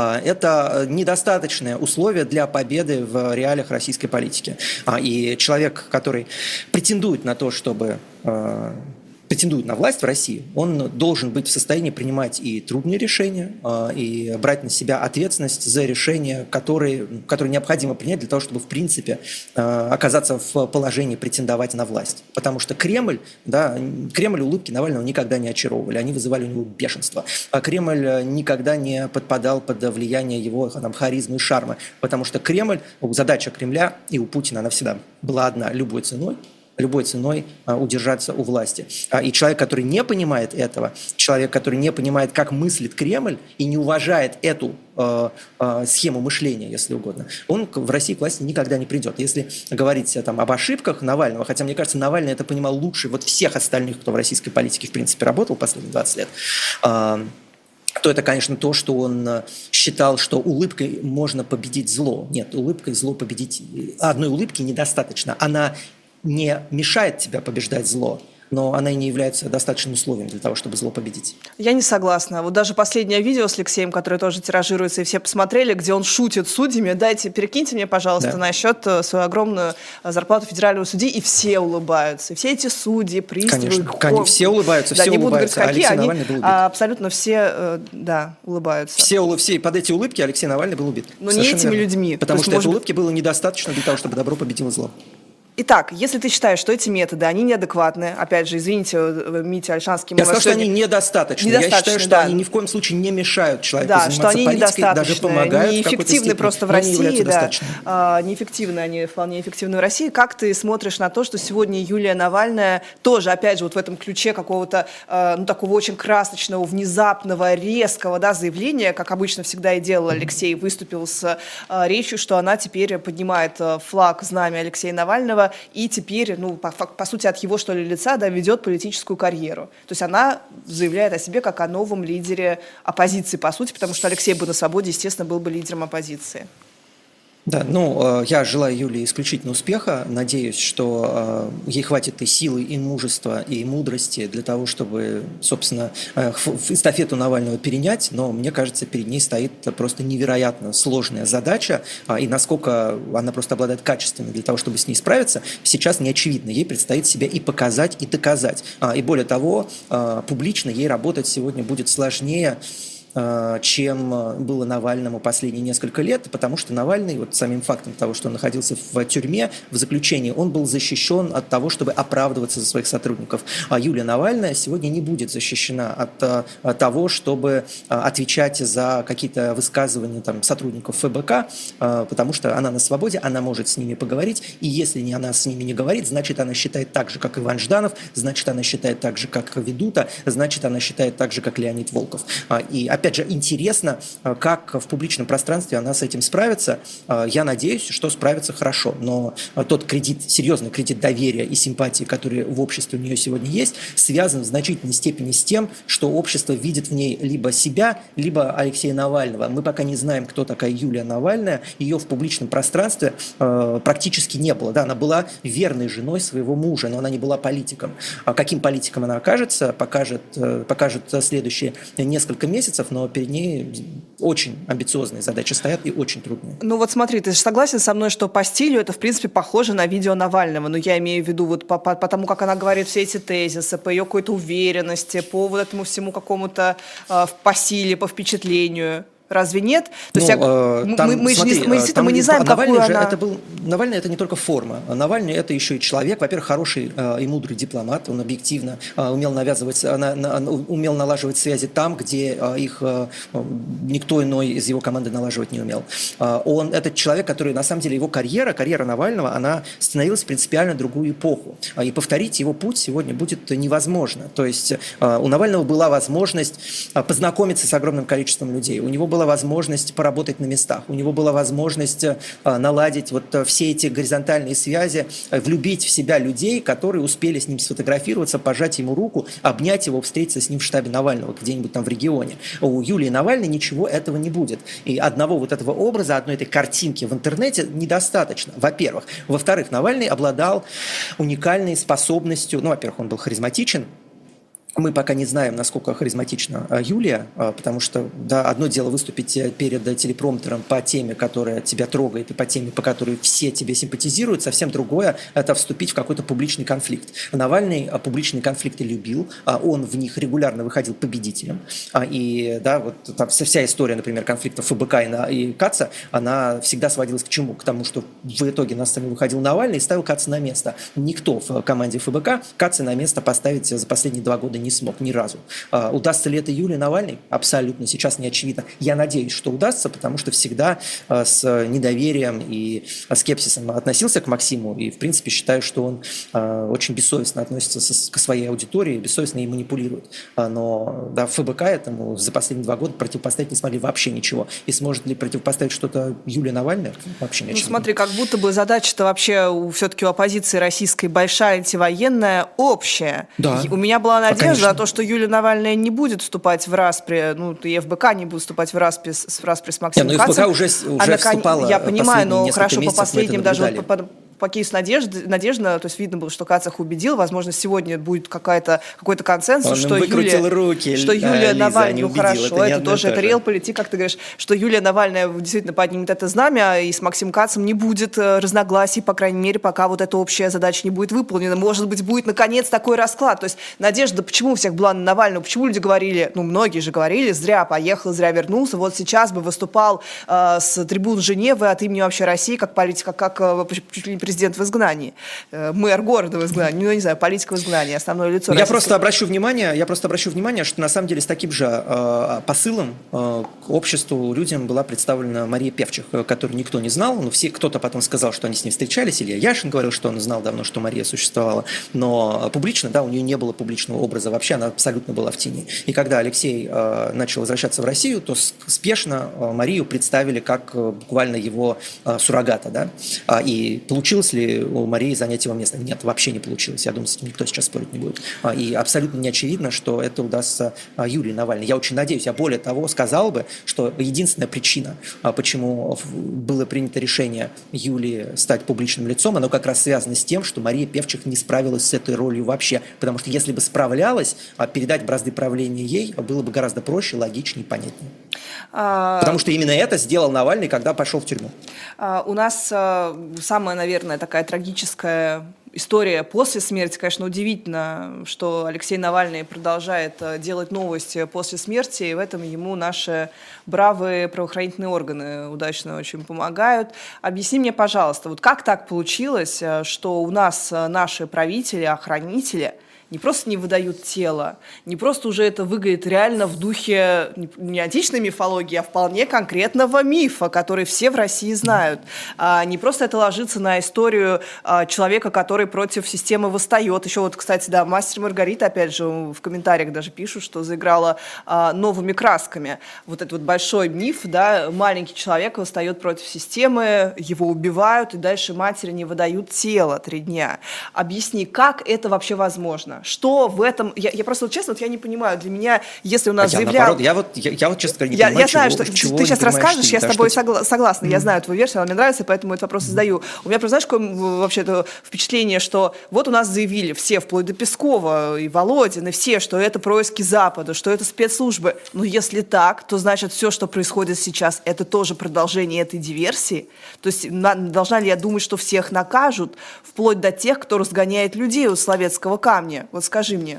S3: это недостаточное условие для победы в реалиях российской политики. И человек, который претендует на то, чтобы... претендует на власть в России, он должен быть в состоянии принимать и трудные решения, и брать на себя ответственность за решения, которые, которые необходимо принять для того, чтобы, в принципе, оказаться в положении претендовать на власть. Потому что Кремль, да, Кремль улыбки Навального никогда не очаровывали, они вызывали у него бешенство. А Кремль никогда не подпадал под влияние его там, харизмы и шарма, потому что Кремль, задача Кремля и у Путина она всегда была одна – любой ценой, любой ценой а, удержаться у власти. А, и человек, который не понимает этого, человек, который не понимает, как мыслит Кремль и не уважает эту э, э, схему мышления, если угодно, он в России к власти никогда не придет. Если говорить там, об ошибках Навального, хотя, мне кажется, Навальный это понимал лучше вот всех остальных, кто в российской политике, в принципе, работал последние двадцать лет, э, то это, конечно, то, что он считал, что улыбкой можно победить зло. Нет, улыбкой зло победить... Одной улыбки недостаточно. Она не мешает тебе побеждать зло, но она и не является достаточным условием для того, чтобы зло победить.
S2: Я не согласна. Вот даже последнее видео с Алексеем, которое тоже тиражируется, и все посмотрели, где он шутит судьями. Дайте, перекиньте мне, пожалуйста, да. на счет свою огромную зарплату федерального судьи, и все улыбаются. И все эти судьи, приставы...
S3: Конечно, конечно, все улыбаются,
S2: да,
S3: все
S2: не
S3: улыбаются.
S2: Буду говорить, какие,
S3: Алексей
S2: они
S3: Навальный был убит.
S2: Абсолютно все, да, улыбаются.
S3: Все, все под эти улыбки Алексей Навальный был убит.
S2: Но не этими
S3: верно.
S2: людьми.
S3: Потому
S2: есть,
S3: что этой
S2: может...
S3: улыбки было недостаточно для того, чтобы добро победило зло.
S2: Итак, если ты считаешь, что эти методы, они неадекватны, опять же, извините, Митя Альшанский...
S3: Я сказал, что они недостаточны. Я считаю, что
S2: да.
S3: они ни в коем случае не мешают человеку
S2: да,
S3: заниматься
S2: что они
S3: политикой, даже помогают
S2: неэффективны просто в
S3: но
S2: России, да, а, неэффективны, они вполне эффективны в России. Как ты смотришь на то, что сегодня Юлия Навальная тоже, опять же, вот в этом ключе какого-то, а, ну, такого очень красочного, внезапного, резкого, да, заявления, как обычно всегда и делал Алексей, выступил с а, речью, что она теперь поднимает флаг, знамя Алексея Навального и теперь ну, по, по сути, от его, что ли, лица, да, ведет политическую карьеру. То есть она заявляет о себе как о новом лидере оппозиции, по сути, потому что Алексей бы на свободе, естественно, был бы лидером оппозиции.
S3: Да, ну, я желаю Юлии исключительно успеха. Надеюсь, что э, ей хватит и силы, и мужества, и мудрости для того, чтобы, собственно, э, эстафету Навального перенять. Но мне кажется, перед ней стоит просто невероятно сложная задача. Э, и насколько она просто обладает качествами для того, чтобы с ней справиться, сейчас не очевидно. Ей предстоит себя и показать, и доказать. Э, и более того, э, публично ей работать сегодня будет сложнее, чем было Навальному последние несколько лет, потому что Навальный, вот самим фактом того, что он находился в тюрьме, в заключении, он был защищен от того, чтобы оправдываться за своих сотрудников. А Юлия Навальная сегодня не будет защищена от, от того, чтобы отвечать за какие-то высказывания там, сотрудников эф бэ ка, потому что она на свободе, она может с ними поговорить, и если не она с ними не говорит, значит, она считает так же, как Иван Жданов, значит, она считает так же, как Ведута, значит, она считает так же, как Леонид Волков. И опять же, интересно, как в публичном пространстве она с этим справится. Я надеюсь, что справится хорошо. Но тот кредит, серьезный кредит доверия и симпатии, который в обществе у нее сегодня есть, связан в значительной степени с тем, что общество видит в ней либо себя, либо Алексея Навального. Мы пока не знаем, кто такая Юлия Навальная. Ее в публичном пространстве э, практически не было. Да, она была верной женой своего мужа, но она не была политиком. А каким политиком она окажется, покажет, э, покажет следующие несколько месяцев, но перед ней очень амбициозные задачи стоят и очень трудные.
S2: Ну вот смотри, ты же согласен со мной, что по стилю это, в принципе, похоже на видео Навального, но я имею в виду вот по, по, по тому, как она говорит все эти тезисы, по ее какой-то уверенности, по вот этому всему какому-то э, по силе, по впечатлению. Разве нет? То
S3: ну,
S2: есть,
S3: э,
S2: мы,
S3: там,
S2: мы, мы,
S3: смотри,
S2: не, мы действительно мы не знаем,
S3: Навальный
S2: какую
S3: же
S2: она...
S3: Это был, Навальный – это не только форма. Навальный – это еще и человек, во-первых, хороший э, и мудрый дипломат. Он объективно э, умел навязывать, э, на, на, умел налаживать связи там, где э, их э, никто иной из его команды налаживать не умел. Э, он – это человек, который, на самом деле, его карьера, карьера Навального, она становилась в принципиально другую эпоху. И повторить его путь сегодня будет невозможно. То есть э, у Навального была возможность познакомиться с огромным количеством людей. У него была была возможность поработать на местах, у него была возможность наладить вот все эти горизонтальные связи, влюбить в себя людей, которые успели с ним сфотографироваться, пожать ему руку, обнять его, встретиться с ним в штабе Навального где-нибудь там в регионе. У Юлии Навальной ничего этого не будет. И одного вот этого образа, одной этой картинки в интернете недостаточно, во-первых. Во-вторых, Навальный обладал уникальной способностью, ну, во-первых, он был харизматичен. Мы пока не знаем, насколько харизматична Юлия, потому что, да, одно дело выступить перед телепромптером по теме, которая тебя трогает, и по теме, по которой все тебе симпатизируют, совсем другое – это вступить в какой-то публичный конфликт. Навальный публичные конфликты любил, он в них регулярно выходил победителем, и, да, вот там вся история, например, конфликта ФБК и Каца, она всегда сводилась к чему? К тому, что в итоге на сцену выходил Навальный и ставил Каца на место. Никто в команде ФБК Каца на место поставить за последние два года не смог ни разу. А, удастся ли это Юлии Навальной? Абсолютно. Сейчас не очевидно. Я надеюсь, что удастся, потому что всегда а, с недоверием и а, скепсисом относился к Максиму. И, в принципе, считаю, что он а, очень бессовестно относится со, к своей аудитории, бессовестно ей манипулирует. А, но да, ФБК этому за последние два года противопоставить не смогли вообще ничего. И сможет ли противопоставить что-то Юлия Навальная? Вообще не очевидно.
S2: Ну, смотри, как будто бы задача-то вообще у, все-таки у оппозиции российской большая, антивоенная, общая.
S3: Да.
S2: У меня была надежда,
S3: Конечно.
S2: на то, что Юлия Навальная не будет вступать в распри, ну, и ФБК не будет вступать в распри, в распри с Максимом
S3: Нет, ну,
S2: Кацем.
S3: ФБК уже, уже
S2: а
S3: вступала.
S2: Я понимаю, но хорошо, по последним даже
S3: вот,
S2: по, по кейсу Надежды, Надежда, то есть видно было, что Кацах убедил, возможно, сегодня будет какая-то, какой-то консенсус,
S3: Он
S2: что Юлия,
S3: руки,
S2: что Юлия
S3: Лиза,
S2: Навальная, ну хорошо, это, это тоже, это
S3: тоже.
S2: реал-политик, как ты говоришь, что Юлия Навальная действительно поднимет это знамя, и с Максимом Кацем не будет разногласий, по крайней мере, пока вот эта общая задача не будет выполнена. Может быть, будет, наконец, такой расклад. То есть Надежда, почему у всех была на Навального, почему люди говорили, ну, многие же говорили, зря поехал, зря вернулся, вот сейчас бы выступал э, с трибун Женевы от имени вообще России, как политик, как, как э, президент в изгнании. Мэр города в изгнании, ну, не знаю, политика в изгнании, основное лицо.
S3: Я
S2: российского...
S3: просто обращу внимание, я просто обращу внимание, что на самом деле с таким же э, посылом э, к обществу, людям была представлена Мария Певчих, которую никто не знал, но все, кто-то потом сказал, что они с ней встречались, Илья Яшин говорил, что он знал давно, что Мария существовала, но публично, да, у нее не было публичного образа вообще, она абсолютно была в тени. И когда Алексей э, начал возвращаться в Россию, то спешно э, Марию представили как э, буквально его э, суррогата, да, а, и получилось ли у Марии занять его место? Нет, вообще не получилось. Я думаю, с этим никто сейчас спорить не будет. И абсолютно не очевидно, что это удастся Юлии Навальной. Я очень надеюсь. Я более того сказал бы, что единственная причина, почему было принято решение Юлии стать публичным лицом, оно как раз связано с тем, что Мария Певчих не справилась с этой ролью вообще. Потому что если бы справлялась, передать бразды правления ей было бы гораздо проще, логичнее и понятнее. А... Потому что именно это сделал Навальный, когда пошел в тюрьму.
S2: А, у нас а, самая, наверное, такая трагическая история после смерти. Конечно, удивительно, что Алексей Навальный продолжает делать новости после смерти, и в этом ему наши бравые правоохранительные органы удачно очень помогают. Объясни мне, пожалуйста, вот как так получилось, что у нас наши правители, охранители не просто не выдают тело, не просто уже это выглядит реально в духе не античной мифологии, а вполне конкретного мифа, который все в России знают. А не просто это ложится на историю а, человека, который против системы восстает. Еще вот, кстати, да, «Мастер и Маргарита», опять же, в комментариях даже пишут, что заиграла а, новыми красками. Вот этот вот большой миф, да, маленький человек восстает против системы, его убивают, и дальше матери не выдают тело три дня. Объясни, как это вообще возможно? Что в этом... Я, я просто, вот, честно, вот я не понимаю. Для меня, если у нас
S3: я,
S2: заявлял...
S3: Наоборот, я вот, я, я вот, честно говоря, не
S2: я,
S3: понимаю,
S2: я знаю,
S3: чего,
S2: что
S3: чего
S2: ты сейчас расскажешь, я с тобой
S3: что...
S2: согла- согласна. Mm-hmm. Я знаю твою версию, она мне нравится, поэтому этот вопрос задаю. У меня просто, знаешь, какое вообще-то впечатление, что вот у нас заявили все, вплоть до Пескова и Володина, все, что это происки Запада, что это спецслужбы. Но если так, то значит все, что происходит сейчас, это тоже продолжение этой диверсии. То есть на, должна ли я думать, что всех накажут, вплоть до тех, кто разгоняет людей у Соловецкого камня? Вот скажи мне.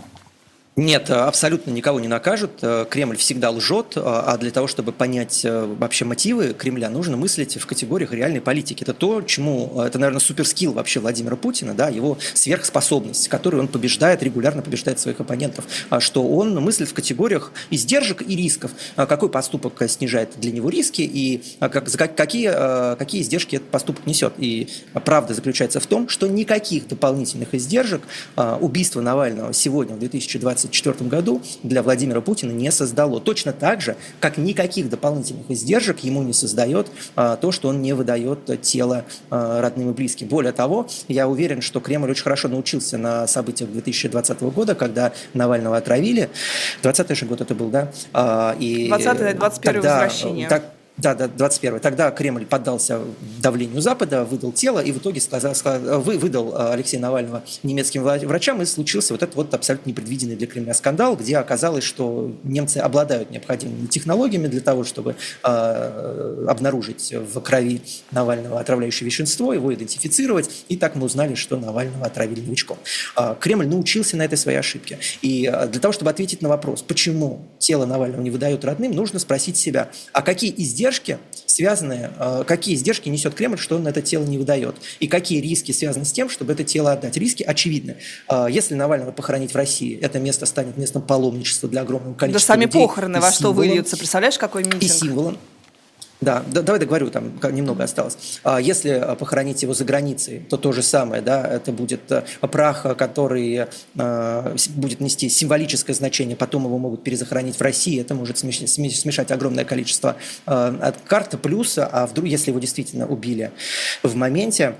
S3: Нет, абсолютно никого не накажут. Кремль всегда лжет, а для того, чтобы понять вообще мотивы Кремля, нужно мыслить в категориях реальной политики. Это то, чему, это, наверное, суперскилл вообще Владимира Путина, да, его сверхспособность, которой он побеждает, регулярно побеждает своих оппонентов, что он мыслит в категориях издержек и рисков. Какой поступок снижает для него риски и как, какие, какие издержки этот поступок несет. И правда заключается в том, что никаких дополнительных издержек убийство Навального сегодня, в две тысячи двадцать двадцать четвёртом году для Владимира Путина не создало. Точно так же, как никаких дополнительных издержек ему не создает а, то, что он не выдает тело а, родным и близким. Более того, я уверен, что Кремль очень хорошо научился на событиях две тысячи двадцатого года, когда Навального отравили. двадцатый же год это был, да? А, и
S2: двадцатое двадцать первое возвращение.
S3: Так, Да, да, двадцать первый. Тогда Кремль поддался давлению Запада, выдал тело и в итоге сказал, сказал, вы, выдал Алексея Навального немецким врачам, и случился вот этот вот абсолютно непредвиденный для Кремля скандал, где оказалось, что немцы обладают необходимыми технологиями для того, чтобы э, обнаружить в крови Навального отравляющее вещество, его идентифицировать, и так мы узнали, что Навального отравили новичком. Э, Кремль научился на этой своей ошибке. И э, для того, чтобы ответить на вопрос, почему тело Навального не выдают родным, нужно спросить себя, а какие издержки Издержки, связанные, какие издержки несет Кремль, что он это тело не выдает, и какие риски связаны с тем, чтобы это тело отдать. Риски очевидны. Если Навального похоронить в России, это место станет местом паломничества для огромного количества людей.
S2: Да сами похороны во что выльются, представляешь, какой митинг?
S3: И символом. Да, да, давай договорю, там немного осталось. Если похоронить его за границей, то то же самое, да, это будет прах, который э, будет нести символическое значение, потом его могут перезахоронить в России, это может смешать, смешать огромное количество э, карт, плюс, а вдруг, если его действительно убили в моменте,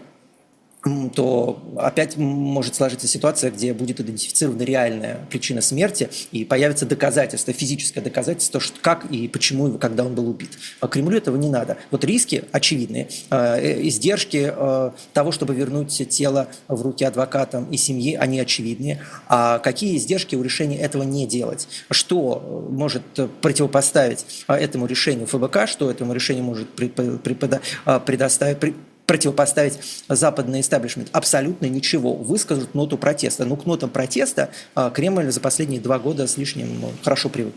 S3: то опять может сложиться ситуация, где будет идентифицирована реальная причина смерти и появится доказательство, физическое доказательство, что как и почему, и когда он был убит. А Кремлю этого не надо. Вот риски очевидные. Издержки того, чтобы вернуть тело в руки адвокатам и семьи, они очевидные. А какие издержки у решения этого не делать? Что может противопоставить этому решению ФБК, что этому решению может предоставить, противопоставить западный истеблишмент? Абсолютно ничего. Выскажут ноту протеста. Ну, к нотам протеста Кремль за последние два года с лишним хорошо привык.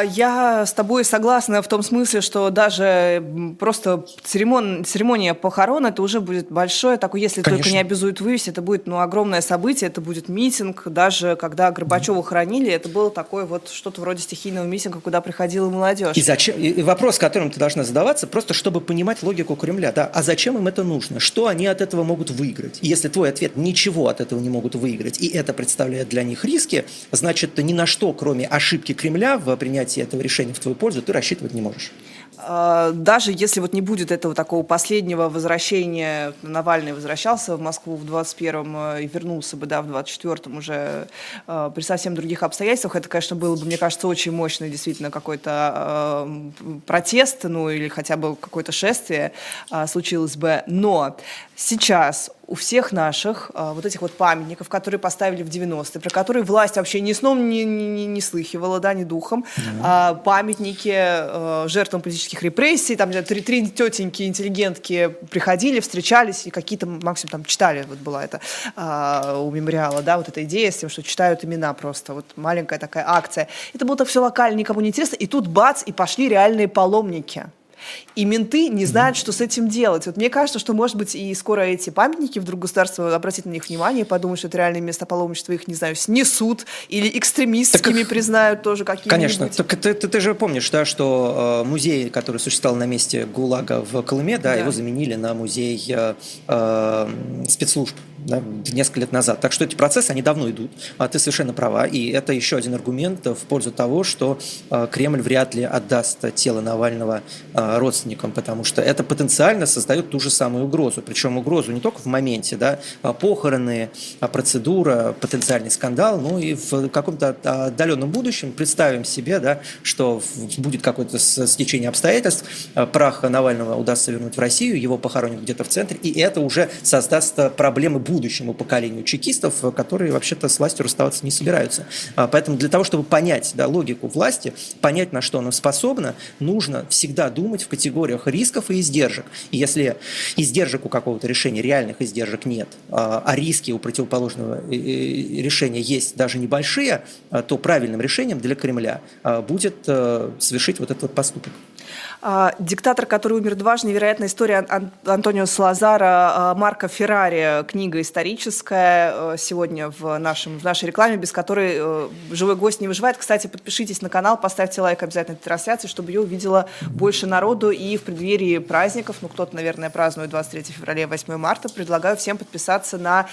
S2: Я с тобой согласна в том смысле, что даже просто церемон, церемония похорон, это уже будет большое, такое, если Конечно. Только не обязуют вывести, это будет ну, огромное событие, это будет митинг. Даже когда Горбачева хоронили, это было такое вот что-то вроде стихийного митинга, куда приходила молодежь.
S3: И, зачем, и вопрос, которым ты должна задаваться, просто чтобы понимать логику Кремля. Да? А зачем им это нужно? Что они от этого могут выиграть? И если твой ответ ничего от этого не могут выиграть, и это представляет для них риски, значит, ни на что, кроме ошибки Кремля в принятии этого решения в твою пользу, ты рассчитывать не можешь.
S2: Даже если вот не будет этого такого последнего возвращения, Навальный возвращался в Москву в двадцать первом и вернулся бы, да, в двадцать четвёртом уже э, при совсем других обстоятельствах, это, конечно, было бы, мне кажется, очень мощный действительно какой-то э, протест, ну или хотя бы какое-то шествие э, случилось бы. Но сейчас у всех наших э, вот этих вот памятников, которые поставили в девяностые, про которые власть вообще ни сном не, не, не слыхивала, да, ни духом, mm-hmm. э, памятники э, жертвам политических репрессий, там три, три тетеньки, интеллигентки приходили, встречались и какие-то, максимум там читали, вот была это э, у мемориала, да, вот эта идея с тем, что читают имена просто, вот маленькая такая акция. Это было так все локально, никому не интересно, и тут бац, и пошли реальные паломники. И менты не знают, что с этим делать. Вот мне кажется, что, может быть, и скоро эти памятники, вдруг государство обратит на них внимание, подумают, что это реальное место паломничества, их, не знаю, снесут или экстремистскими так, признают тоже какие-нибудь.
S3: Конечно. Так, ты, ты, ты же помнишь, да, что э, музей, который существовал на месте ГУЛАГа в Колыме, да, да. его заменили на музей э, э, спецслужб. Да, несколько лет назад. Так что эти процессы, они давно идут. А ты совершенно права. И это еще один аргумент в пользу того, что э, Кремль вряд ли отдаст тело Навального э, родственникам, потому что это потенциально создает ту же самую угрозу. Причем угрозу не только в моменте, да, похороны, процедура, потенциальный скандал, но и в каком-то отдаленном будущем представим себе, да, что будет какое-то стечение обстоятельств, прах Навального удастся вернуть в Россию, его похоронят где-то в центре, и это уже создаст проблемы будущему поколению чекистов, которые вообще-то с властью расставаться не собираются. Поэтому для того, чтобы понять, да, логику власти, понять, на что она способна, нужно всегда думать в категориях рисков и издержек. И если издержек у какого-то решения, реальных издержек нет, а риски у противоположного решения есть даже небольшие, то правильным решением для Кремля будет совершить вот этот поступок.
S2: Диктатор, который умер дважды, невероятная история Ан- Антонио Салазара, Марко Феррари, книга интрига историческая сегодня в, нашем, в нашей рекламе, без которой живой гость не выживает. Кстати, подпишитесь на канал, поставьте лайк обязательно этой трансляции, чтобы ее увидело больше народу. И в преддверии праздников, ну кто-то, наверное, празднует двадцать третьего февраля и восьмого марта, предлагаю всем подписаться на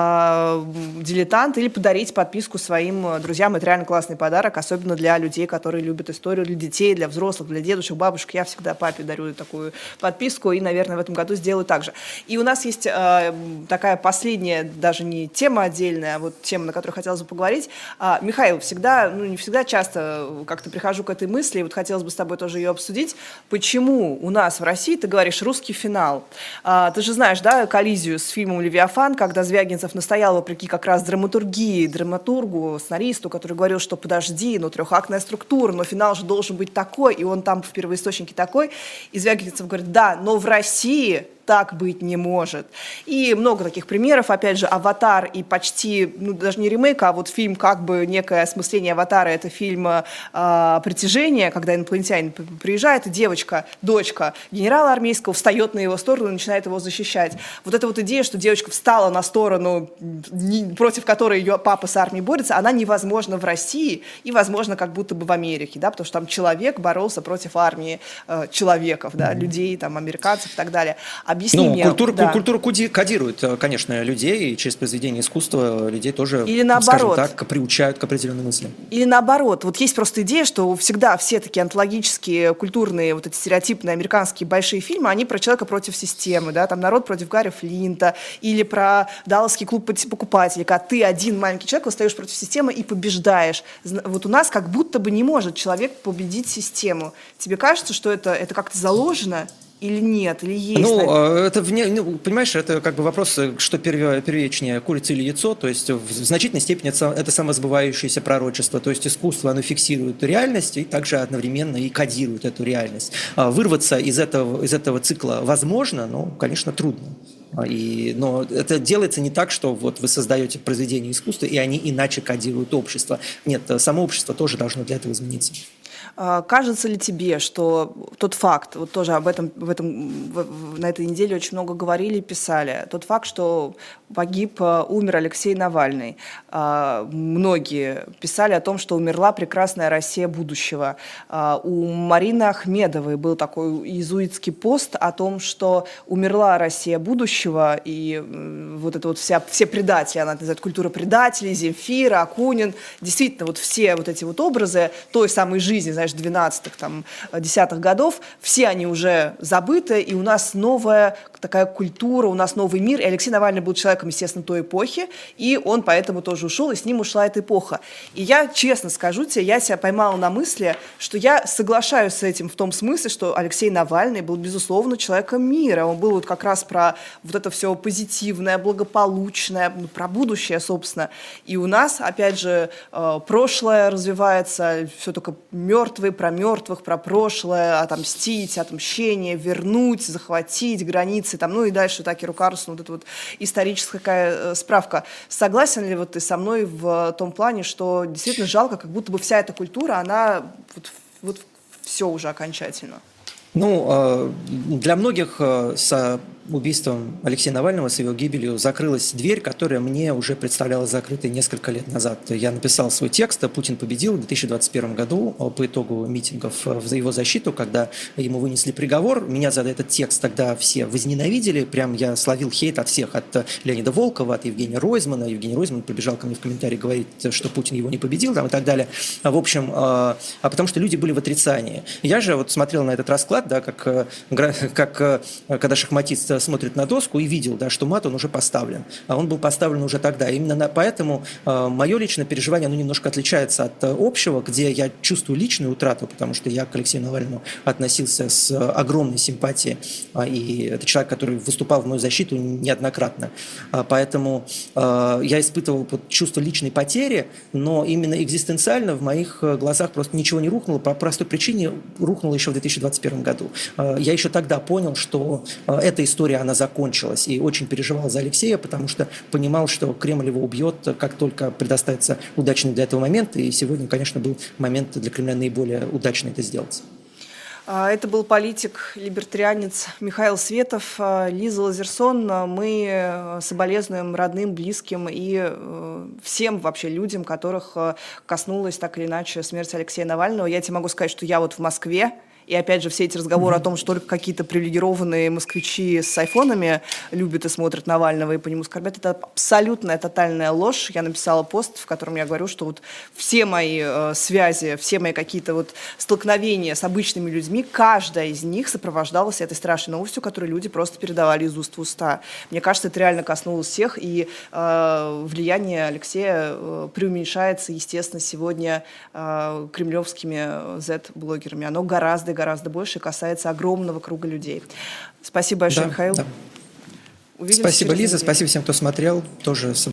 S2: э, «Дилетант» или подарить подписку своим друзьям. Это реально классный подарок, особенно для людей, которые любят историю, для детей, для взрослых, для дедушек, бабушек. Я всегда папе дарю такую подписку и, наверное, в этом году сделаю так же. И у нас есть э, такая последняя, даже не тема отдельная, а вот тема, на которую хотелось бы поговорить. А, Михаил, всегда, ну не всегда, часто как-то прихожу к этой мысли, и вот хотелось бы с тобой тоже ее обсудить. Почему у нас в России, ты говоришь, русский финал? А, ты же знаешь, да, коллизию с фильмом «Левиафан», когда Звягинцев настоял, вопреки как раз драматургии, драматургу, сценаристу, который говорил, что подожди, ну трехактная структура, но финал же должен быть такой, и он там в первоисточнике такой. И Звягинцев говорит, да, но в России так быть не может. И много таких примеров. Опять же, «Аватар» и почти, ну, даже не ремейк, а вот фильм, как бы некое осмысление «Аватара», это фильм э, «Притяжение», когда инопланетянин приезжает, и девочка, дочка генерала армейского встает на его сторону и начинает его защищать. Вот эта вот идея, что девочка встала на сторону, против которой ее папа с армией борется, она невозможна в России и, возможно, как будто бы в Америке, да, потому что там человек боролся против армии э, человеков, да, людей, там, американцев и так далее. Объясни
S3: ну,
S2: мне.
S3: Культура,
S2: да.
S3: культура кодирует, конечно, людей, и через произведение искусства людей тоже,
S2: или наоборот,
S3: скажем так, приучают к определенным мыслям.
S2: Или наоборот. Вот есть просто идея, что всегда все такие антологические, культурные, вот эти стереотипные американские большие фильмы, они про человека против системы, да, там «Народ против Гарри Флинта», или про «Далласский клуб покупателей», когда ты один маленький человек, восстаешь против системы и побеждаешь. Вот у нас как будто бы не может человек победить систему. Тебе кажется, что это, это как-то заложено? Или нет, или есть?
S3: Ну, это, вне, ну, понимаешь, это как бы вопрос, что первичнее, курица или яйцо, то есть в значительной степени это, это самосбывающееся пророчество, то есть искусство, оно фиксирует реальность и также одновременно и кодирует эту реальность. Вырваться из этого, из этого цикла возможно, но, конечно, трудно. И, но это делается не так, что вот вы создаете произведение искусства, и они иначе кодируют общество. Нет, само общество тоже должно для этого измениться.
S2: Кажется ли тебе, что тот факт, вот тоже об этом, в этом в, на этой неделе очень много говорили и писали, тот факт, что погиб, умер Алексей Навальный, многие писали о том, что умерла прекрасная Россия будущего. У Марины Ахмедовой был такой иезуитский пост о том, что умерла Россия будущего, и вот это вот вся, все предатели, она называет культура предателей, Земфира, Акунин, действительно вот все вот эти вот образы той самой жизни, знаешь, двенадцатых, там, десятых годов, все они уже забыты, и у нас новая такая культура, у нас новый мир, и Алексей Навальный был человеком, естественно, той эпохи, и он поэтому тоже ушел, и с ним ушла эта эпоха. И я, честно скажу тебе, я себя поймала на мысли, что я соглашаюсь с этим в том смысле, что Алексей Навальный был, безусловно, человеком мира, он был вот как раз про вот это все позитивное, благополучное, ну, про будущее, собственно, и у нас, опять же, прошлое развивается, все только мертвые, про мертвых, про прошлое, отомстить, отмщение, вернуть, захватить границы, там, ну и дальше Такеру Карлсону, вот эта вот историческая такая справка. Согласен ли вот ты со мной в том плане, что действительно жалко, как будто бы вся эта культура, она вот, вот все уже окончательно?
S3: Ну, для многих с убийством Алексея Навального, с его гибелью, закрылась дверь, которая мне уже представлялась закрытой несколько лет назад. Я написал свой текст «Путин победил» в две тысячи двадцать первом году по итогу митингов за его защиту, когда ему вынесли приговор. Меня за этот текст тогда все возненавидели. Прям я словил хейт от всех, от Леонида Волкова, от Евгения Ройзмана. Евгений Ройзман побежал ко мне в комментарии, говорит, что Путин его не победил, там, и так далее. В общем, а потому что люди были в отрицании. Я же вот смотрел на этот расклад, да, как, как когда шахматист смотрит на доску и видел, да, что мат он уже поставлен. А он был поставлен уже тогда. Именно на, поэтому э, мое личное переживание, оно немножко отличается от э, общего, где я чувствую личную утрату, потому что я к Алексею Навальному относился с э, огромной симпатией. Э, и это человек, который выступал в мою защиту неоднократно. Э, поэтому э, я испытывал вот, чувство личной потери, но именно экзистенциально в моих глазах просто ничего не рухнуло. По простой причине рухнуло еще в две тысячи двадцать первом году. Э, я еще тогда понял, что э, эта история она закончилась, и очень переживал за Алексея, потому что понимал, что Кремль его убьет, как только предоставится удачный для этого момент, и сегодня, конечно, был момент для Кремля наиболее удачно это сделать.
S2: Это был политик, либертарианец Михаил Светов. Лиза Лазерсон. Мы соболезнуем родным, близким и всем вообще людям, которых коснулась так или иначе смерть Алексея Навального. Я тебе могу сказать, что я вот в Москве. И опять же, все эти разговоры mm-hmm. о том, что только какие-то привилегированные москвичи с айфонами любят и смотрят Навального и по нему скорбят, это абсолютная тотальная ложь. Я написала пост, в котором я говорю, что вот все мои э, связи, все мои какие-то вот столкновения с обычными людьми, каждая из них сопровождалась этой страшной новостью, которую люди просто передавали из уст в уста. Мне кажется, это реально коснулось всех, и э, влияние Алексея э, преуменьшается, естественно, сегодня э, кремлевскими зет-блогерами. Оно гораздо гораздо больше касается огромного круга людей. Спасибо большое, да, Михаил. Да.
S3: Спасибо, Лиза. Неделю. Спасибо всем, кто смотрел. Тоже